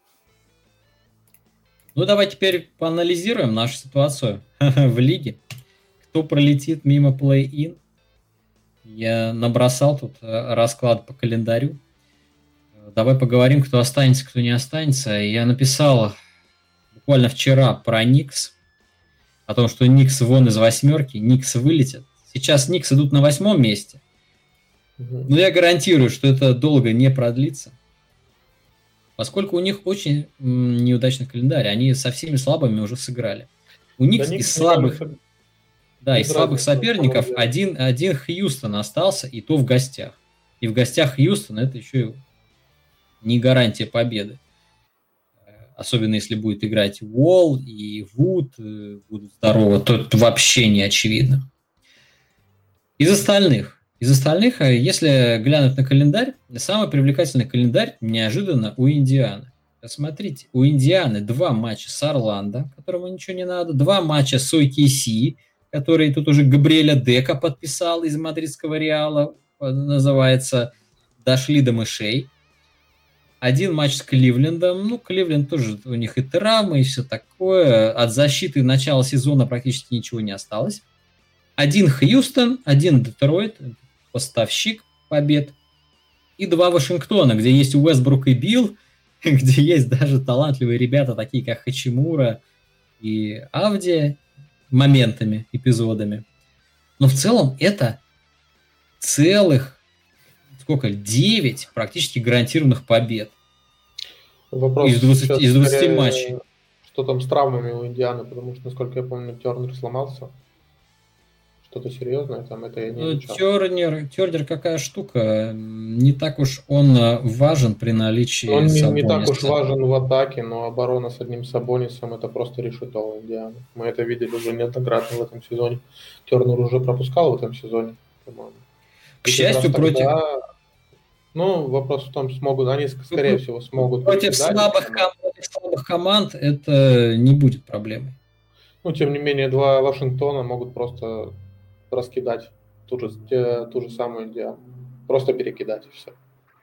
Ну, давай теперь поанализируем нашу ситуацию в лиге. Кто пролетит мимо плей-ин? Я набросал тут расклад по календарю. Давай поговорим, кто останется, кто не останется. Я написал буквально вчера про Никс. О том, что Никс вон из 8, Никс вылетят. Сейчас Никс идут на 8 месте. Но я гарантирую, что это долго не продлится. Поскольку у них очень неудачный календарь, они со всеми слабыми уже сыграли. У них из слабых соперников один Хьюстон остался, и то в гостях. И в гостях Хьюстон это еще не гарантия победы. Особенно если будет играть Уолл и Вуд будут здоровы, то это вообще не очевидно. Из остальных, если глянуть на календарь, самый привлекательный календарь неожиданно у Индианы. Смотрите, у Индианы 2 матча с Орландо, которому ничего не надо, 2 матча с OKC, который тут уже Габриэля Дека подписал из мадридского Реала, называется «Дошли до мышей». 1 матч с Кливлендом. Ну, Кливленд тоже, у них и травмы, и все такое. От защиты начала сезона практически ничего не осталось. 1 Хьюстон, 1 Детройт, поставщик побед. И 2 Вашингтона, где есть Уэстбрук и Билл, где есть даже талантливые ребята, такие как Хачимура и Авдия, моментами, эпизодами. Но в целом это целых 9 практически гарантированных побед. Вопрос из 20 матчей. Что там с травмами у Индианы, потому что, насколько я помню, Тернер сломался. Что-то серьезное там, это я не изучал. Тернер какая штука, не так уж он важен при наличии он Сабониса. Не так уж важен в атаке, но оборона с одним Сабонисом это просто решето у Индианы. Мы это видели уже неоднократно в этом сезоне. Тернер уже пропускал в этом сезоне, по-моему. К счастью, Ну, вопрос в том, смогут они, скорее всего, смогут... Против слабых команд это не будет проблемой. Ну, тем не менее, 2 Вашингтона могут просто раскидать ту же самую Индиану. Просто перекидать и все.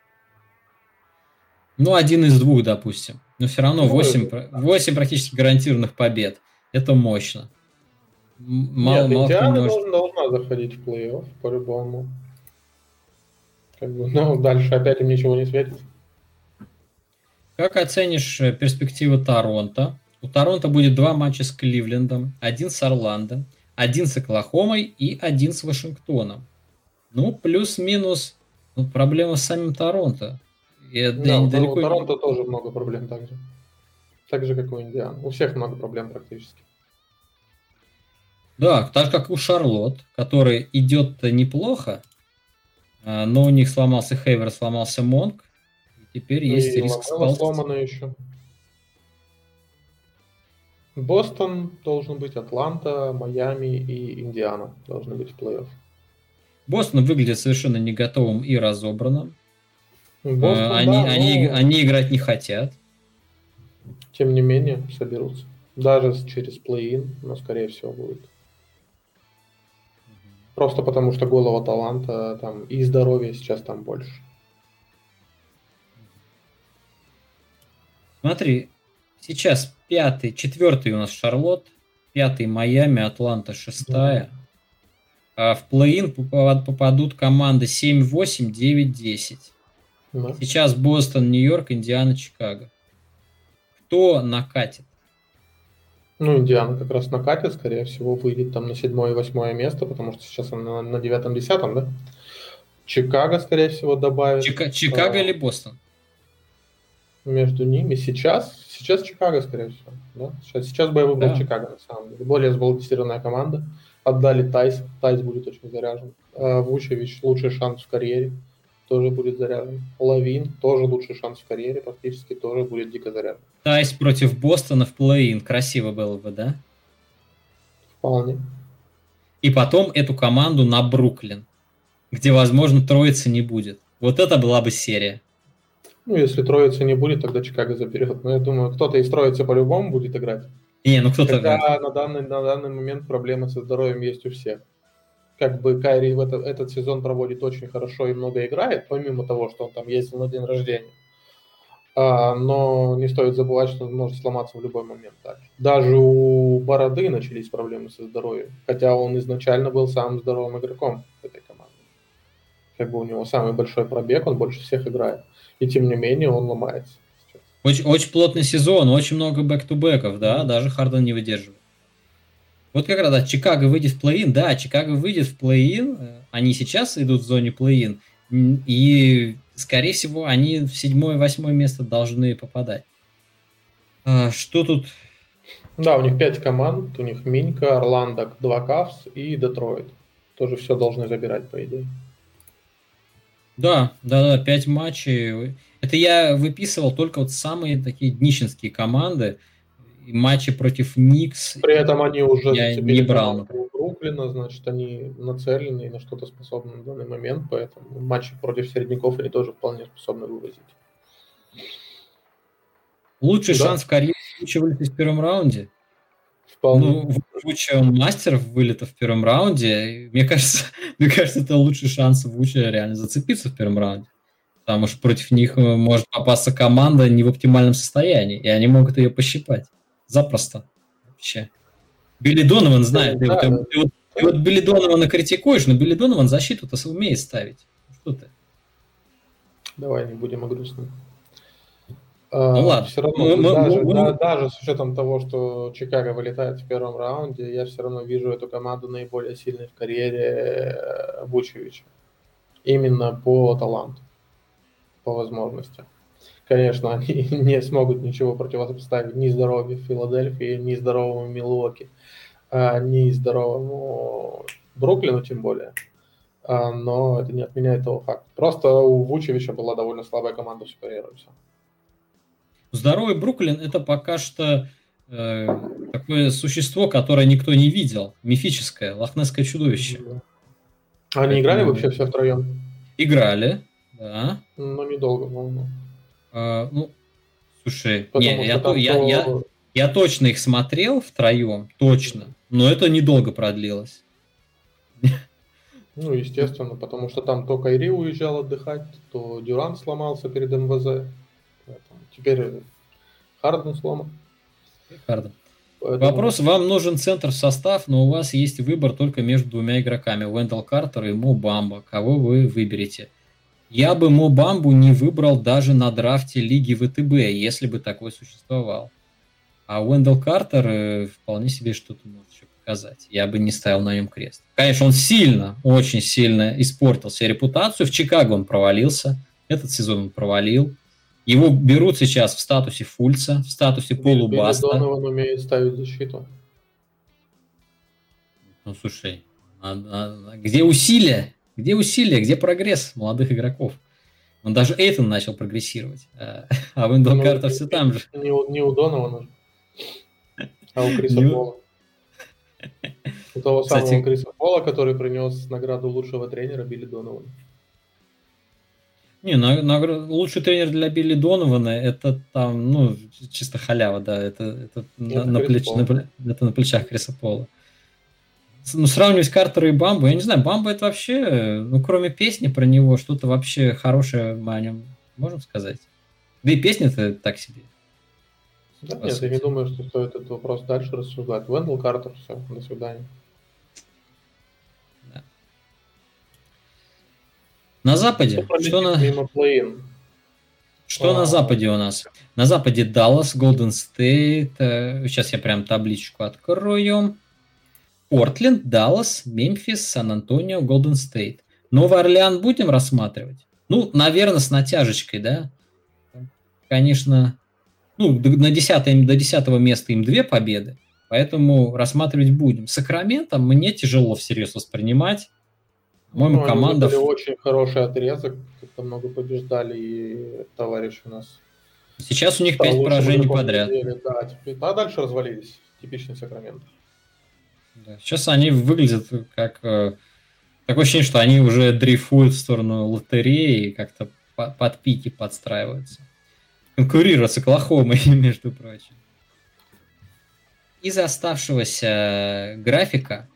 Ну, 1 из 2, допустим. Но все равно 8 практически гарантированных побед. Это мощно. Индиана должна заходить в плей-офф, по-любому. Дальше опять им ничего не светит. Как оценишь перспективы Торонто? У Торонто будет 2 матча с Кливлендом, 1 с Орландо, 1 с Оклахомой и 1 с Вашингтоном. Ну, плюс-минус проблема с самим Торонто. У Торонто тоже много проблем так же. Так же, как у Индианы. У всех много проблем практически. Да, так же, как у Шарлотт, который идет неплохо, но у них сломался Хейвер, сломался Монк. И теперь есть риск сломано еще. Бостон должен быть, Атланта, Майами и Индиана должны быть в плей-офф. Бостон выглядит совершенно не готовым и разобранным. Бостон, они играть не хотят. Тем не менее, соберутся. Даже через плей-ин, но скорее всего будет. Просто потому что голого таланта там и здоровья сейчас там больше. Смотри, сейчас 4 у нас Шарлотт, 5 Майами, Атланта 6. А в плей-ин попадут команды 7, 8, 9, 10. Да. Сейчас Бостон, Нью-Йорк, Индиана, Чикаго. Кто накатит? Ну, Индиана как раз накатит, скорее всего, выйдет там на 7 и 8 место, потому что сейчас она на 9-10, да? Чикаго, скорее всего, добавит. Чикаго или Бостон? Между ними сейчас Чикаго, скорее всего. Да? Сейчас бы я выбрал Чикаго, на самом деле. Более сбалансированная команда. Отдали Тайс будет очень заряжен. Вучевич лучший шанс в карьере, тоже будет заряжен. Лавин тоже лучший шанс в карьере, практически тоже будет дико заряжен. Тайс против Бостона в плей-ин. Красиво было бы, да? Вполне. И потом эту команду на Бруклин, где, возможно, троицы не будет. Вот это была бы серия. Ну, если троицы не будет, тогда Чикаго заберет. Но я думаю, кто-то из троицы по-любому будет играть. Кто-то... Хотя на данный момент проблемы со здоровьем есть у всех. Как бы Кайри этот сезон проводит очень хорошо и много играет, помимо того, что он там ездил на день рождения. Но не стоит забывать, что он может сломаться в любой момент. Даже у Бороды начались проблемы со здоровьем, хотя он изначально был самым здоровым игроком этой команды. Как бы у него самый большой пробег, он больше всех играет. И тем не менее он ломается. Очень плотный сезон, очень много бэк-ту-бэков, да, даже Харден не выдерживает. Вот как раз, да, Чикаго выйдет в плей-ин, да, Чикаго выйдет в плей-ин, они сейчас идут в зоне плей-ин, и, скорее всего, они в 7-8 место должны попадать. Что тут? Да, у них 5 команд, у них Минька, Орландо, 2 Кавс и Детройт. Тоже все должны забирать, по идее. Да, 5 матчей. Это я выписывал только вот самые такие днищенские команды. И матчи против Никс. При этом они уже не брал. Бруклина, значит, они нацелены и на что-то способны на данный момент, поэтому матчи против середняков они тоже вполне способны вывозить. Лучший шанс в карьере вылететь в первом раунде. Вуча, он мастер вылета в первом раунде. Мне кажется, это лучший шанс Вуча реально зацепиться в первом раунде. Потому что против них может попасться команда не в оптимальном состоянии, и они могут ее пощипать. Запросто. Вообще. Билли Донован знает. Ты вот Билли Донована критикуешь, но Билли Донован защиту-то умеет ставить. Что ты? Давай не будем о грустном. Ладно. Все равно, даже с учетом того, что Чикаго вылетает в первом раунде, я все равно вижу эту команду наиболее сильной в карьере Вучевича. Именно по таланту, по возможностям. Конечно, они не смогут ничего противопоставить ни здоровью Филадельфии, ни здоровому Милуоки, ни здоровому Бруклину тем более. Но это не отменяет того факта. Просто у Вучевича была довольно слабая команда всю карьеру. Все. Здоровый Бруклин — это пока что такое существо, которое никто не видел. Мифическое, лохнесское чудовище. Они играли вообще все втроем? Играли, да. Но недолго, по-моему. Слушай, я точно их смотрел втроем, точно. Но это недолго продлилось. Ну, естественно, потому что там то Кайри уезжал отдыхать, то Дюрант сломался перед МВЗ. Теперь Харден сломан. Вопрос: вам нужен центр в состав, но у вас есть выбор только между двумя игроками: Уэндell Картер и Мо Бамба. Кого вы выберете? Я бы Мо Бамбу не выбрал даже на драфте Лиги ВТБ, если бы такой существовал. А Уэндell Картер вполне себе что-то может еще показать. Я бы не ставил на нем крест. Конечно, он очень сильно испортил себе репутацию. В Чикаго он провалился. Этот сезон он провалил. Его берут сейчас в статусе Фульца, в статусе полубаста. Билли Донован умеет ставить защиту. Ну, слушай, где усилия? Где прогресс молодых игроков? Он даже Эйтон начал прогрессировать. А Уэндell Картер все там же. Не у Донована. А у Криса Пола? У того самого Криса Пола, который принес награду лучшего тренера Билли Донована. Не, лучший тренер для Билли Донована это там, ну, чисто халява, да, это на плечах Криса Пола. Ну, сравнивать Картера и Бамбу, я не знаю, Бамба это вообще, ну, кроме песни про него, что-то вообще хорошее мы о нем можем сказать? Да и песня-то так себе. Да нет, я не думаю, что стоит этот вопрос дальше рассуждать. Вендел Картер, все, до свидания. Да. На Западе? Что на Западе у нас? На Западе Даллас, Голден Стейт. Сейчас я прям табличку открою. Портленд, Даллас, Мемфис, Сан-Антонио, Голден Стейт. Новый Орлеан будем рассматривать? Ну, наверное, с натяжечкой, да? Конечно, ну, до 10-го места им 2 победы, поэтому рассматривать будем. Сакраменто мне тяжело всерьез воспринимать. По-моему, команда... Они очень хороший отрезок, как-то много побеждали, и товарищ у нас... Сейчас у них 5 поражений подряд. Да, дальше развалились. Типичный Сакраменто. Да. Сейчас они выглядят как... Такое ощущение, что они уже дрейфуют в сторону лотереи и как-то под пики подстраиваются. Конкурируют с Оклахомой, между прочим. Из оставшегося графика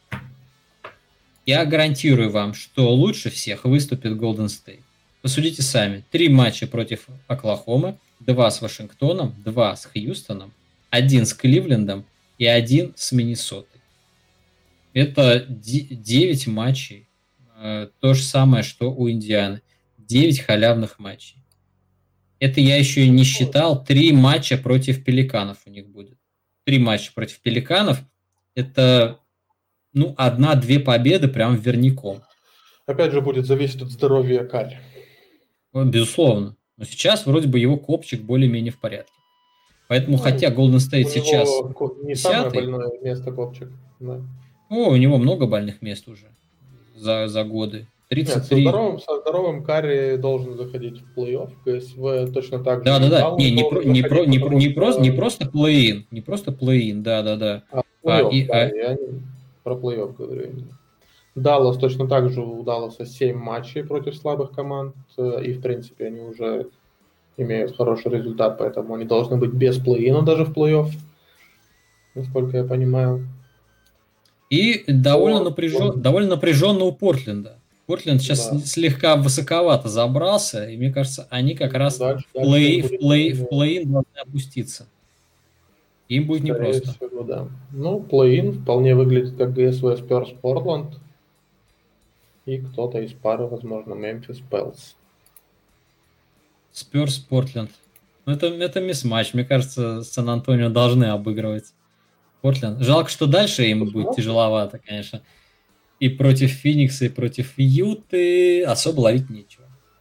я гарантирую вам, что лучше всех выступит Golden State. Посудите сами. 3 матча против Оклахомы, 2 с Вашингтоном, 2 с Хьюстоном, 1 с Кливлендом и 1 с Миннесотой. Это 9 матчей. То же самое, что у Индианы. 9 халявных матчей. Это я еще и не считал. 3 матча против Пеликанов у них будет. 3 матча против Пеликанов. Это, ну, 1-2 победы прям верняком. Опять же, будет зависеть от здоровья Карри. Безусловно. Но сейчас вроде бы его копчик более-менее в порядке. Поэтому, хотя Golden State сейчас... Не самое больное место копчик. Да. У него много больных мест уже за годы. 33. Нет, со здоровым Карри должен заходить в плей-офф. КСВ точно так же. Да. Не просто плей-ин. Не просто плей-ин, да. Я про плей-офф говорю именно. Даллас точно так же, у Далласа 7 матчей против слабых команд. И, в принципе, они уже имеют хороший результат, поэтому они должны быть без плей-ина даже в плей-офф. Насколько я понимаю. И довольно напряженно у Портленда. Портленд сейчас слегка высоковато забрался, и мне кажется, они как раз в плей-ин должны опуститься. Им будет непросто. Всего, да. Ну, плей-ин вполне выглядит как ГСВ Спёрс Портленд. И кто-то из пары, возможно, Мемфис Пелс. Спёрс Портленд. Это мисс-матч. Мне кажется, Сан-Антонио должны обыгрывать Портленд. Жалко, что дальше им будет тяжеловато, конечно. И против Феникса, и против Юты особо ловить нечего.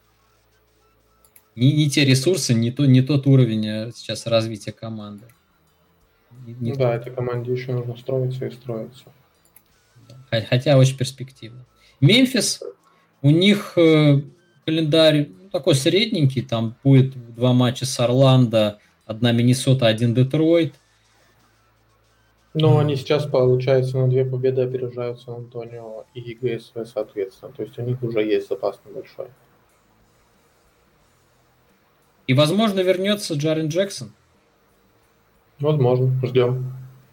Не те ресурсы, не тот уровень сейчас развития команды. Этой команде еще нужно строиться и строиться. Хотя очень перспективно. Мемфис, у них календарь такой средненький. Там будет 2 матча с Орландо, 1 Миннесота, 1 Детройт. Но они сейчас, получается, на 2 победы опережают Сан-Антонио и ГСВ, соответственно. То есть у них уже есть запас небольшой. И, возможно, вернется Джарен Джексон. Возможно. Ждем.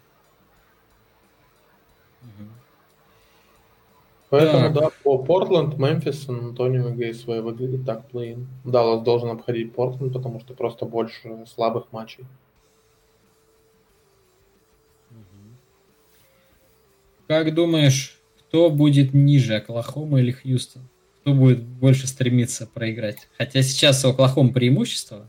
Поэтому, да, по Портленд, Мемфис, Сан-Антонио и ГСВ выглядит так плей-ин. Даллас должен обходить Портленд, потому что просто больше слабых матчей. Как думаешь, кто будет ниже, Оклахома или Хьюстон? Кто будет больше стремиться проиграть? Хотя сейчас у Оклахомы преимущество.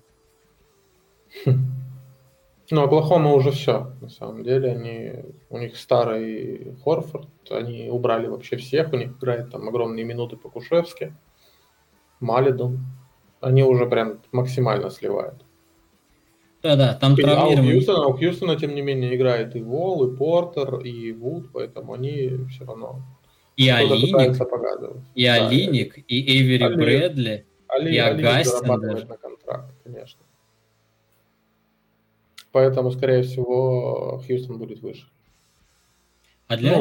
Ну, Оклахома уже все, на самом деле. У них старый Хорфорд, они убрали вообще всех, у них играет там огромные минуты по Кушевски, Малидон. Они уже прям максимально сливают. Да, там травмированы. А у Хьюстона, тем не менее, играет и Волл, и Портер, и Вуд, поэтому они все равно... И Алиник, и Эйвери Брэдли, и Агастин зарабатывает на контракт, конечно. Поэтому, скорее всего, Хьюстон будет выше. А для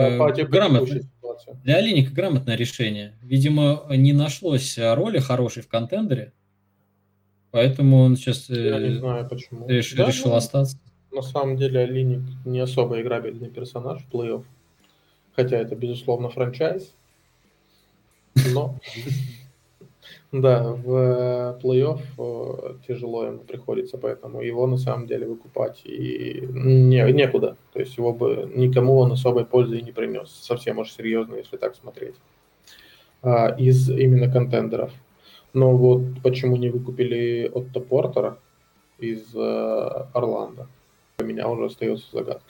Олейника грамотное решение. Видимо, не нашлось роли хорошей в контендере, поэтому он сейчас Я не знаю, почему. решил остаться. На самом деле, Олейник не особо играбельный персонаж в плей-офф. Хотя это, безусловно, франчайз. Но, да, в плей-офф тяжело ему приходится, поэтому его на самом деле выкупать и некуда. То есть его бы никому он особой пользы и не принес. Совсем уж серьезно, если так смотреть. Из именно контендеров. Но вот почему не выкупили Отто Портера из Орландо, у меня уже остается загадкой.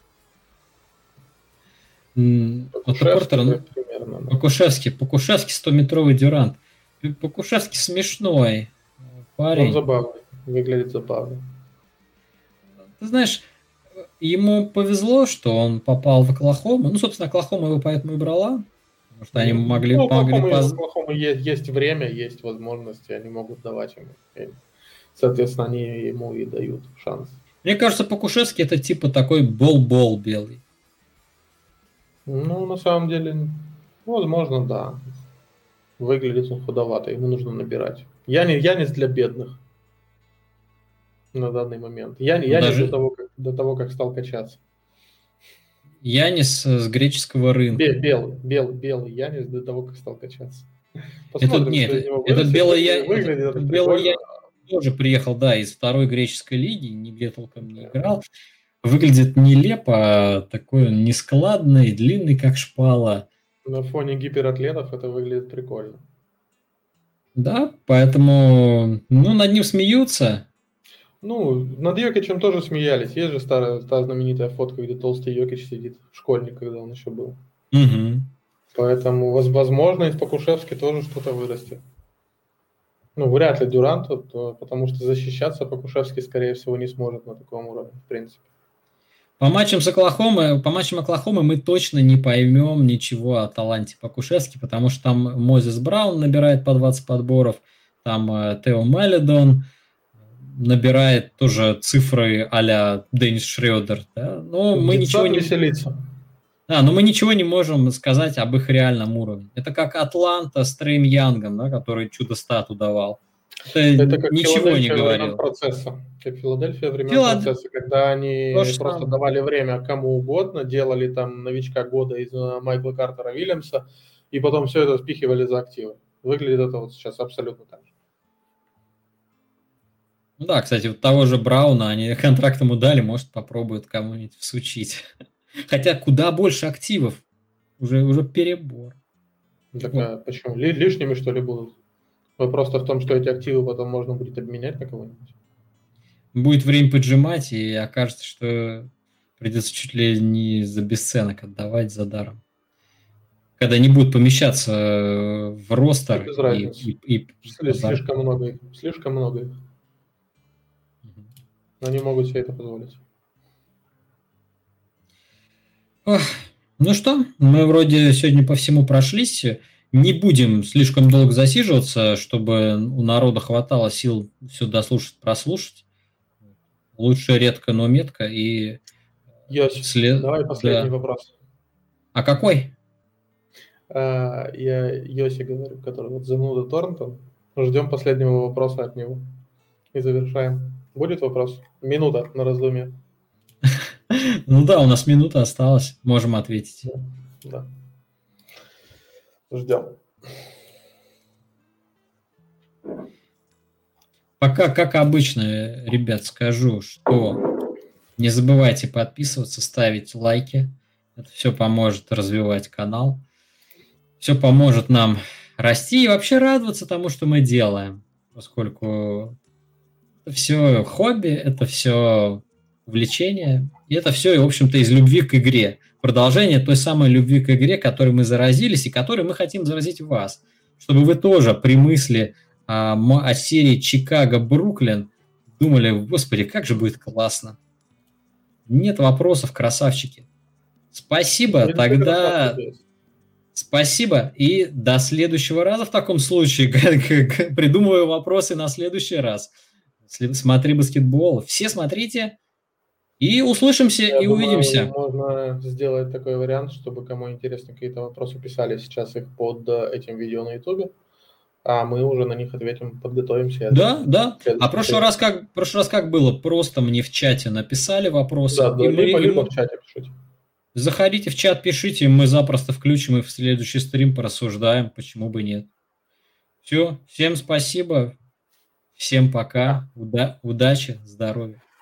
Отто Портер, примерно, да. Покушевский 100-метровый Дюрант. Покушевский смешной парень. Он забавный, выглядит забавно. Ты знаешь, ему повезло, что он попал в Оклахому. Ну, собственно, Оклахома его поэтому и брала. Потому что они могли... У Оклахомы есть время, есть возможности, они могут давать ему. И, соответственно, они ему и дают шанс. Мне кажется, Покушевский это типа такой бол-бол белый. Ну, на самом деле, возможно, да. Выглядит он худовато, ему нужно набирать. Янис для бедных на данный момент. Янис до того, как стал качаться. Янис с греческого рынка. Белый Янис до того, как стал качаться. Посмотрим, этот белый Янис тоже приехал, да, из второй греческой лиги, нигде толком не играл. Выглядит нелепо, такой он нескладный, длинный, как шпала. На фоне гиператлетов это выглядит прикольно. Да, поэтому, над ним смеются. Над Йокичем тоже смеялись. Есть же та знаменитая фотка, где толстый Йокич сидит, школьник, когда он еще был. Угу. Поэтому, возможно, из Покушевски тоже что-то вырастет. Вряд ли Дюрант, потому что защищаться Покушевский, скорее всего, не сможет на таком уровне, в принципе. По матчам Оклахомы мы точно не поймем ничего о таланте Покушевски, потому что там Мозес Браун набирает по 20 подборов, там Тео Мелидон набирает тоже цифры а-ля Деннис Шрёдер. Да? Но мы ничего не... веселиться. Да, но мы ничего не можем сказать об их реальном уровне. Это как Атланта с Трейм Янгом, да, который чудо-стату давал. Это как ничего не говорил. Как Филадельфия времен процесса, когда они просто давали время кому угодно, делали там новичка года из Майкла Картера Вильямса, и потом все это спихивали за активы. Выглядит это вот сейчас абсолютно так же. Да, кстати, вот того же Брауна они контракт ему дали, может, попробуют кому-нибудь всучить. Хотя куда больше активов. Уже перебор. Так, почему? Лишними, что ли, будут? Вопрос-то в том, что эти активы потом можно будет обменять на кого-нибудь. Будет время поджимать, и окажется, что придется чуть ли не за бесценок отдавать за даром. Когда не будут помещаться в ростер. Без разницы. Слишком много их. Они могут себе это позволить. Ну что, мы вроде сегодня по всему прошлись. Не будем слишком долго засиживаться, чтобы у народа хватало сил все дослушать, прослушать. Лучше редко, но метко. И давай последний вопрос. А какой? Я Йоси говорю, который вот зануда Торнтон. Ждем последнего вопроса от него. И завершаем. Будет вопрос? Минута на раздумье. Ну да, у нас минута осталась. Можем ответить. Да. Ждем. Пока, как обычно, ребят, скажу, что не забывайте подписываться, ставить лайки. Это все поможет развивать канал. Все поможет нам расти и вообще радоваться тому, что мы делаем. Поскольку это все хобби, это все увлечение. И это все, в общем-то, из любви к игре. Продолжение той самой любви к игре, которой мы заразились и которой мы хотим заразить вас. Чтобы вы тоже при мысли о серии Чикаго-Бруклин думали, господи, как же будет классно. Нет вопросов, красавчики. Спасибо, тогда... Спасибо, и до следующего раза в таком случае. Придумываю вопросы на следующий раз. Смотри баскетбол. Все смотрите. И услышимся, Я и думаю, увидимся. можно сделать такой вариант, чтобы кому интересно какие-то вопросы, писали сейчас их под этим видео на YouTube, а мы уже на них ответим, подготовимся. Да. А в прошлый раз как было? Просто мне в чате написали вопросы. Да, либо в чате пишите. Заходите в чат, пишите, мы запросто включим и в следующий стрим порассуждаем, почему бы нет. Все, всем спасибо, всем пока, удачи, здоровья.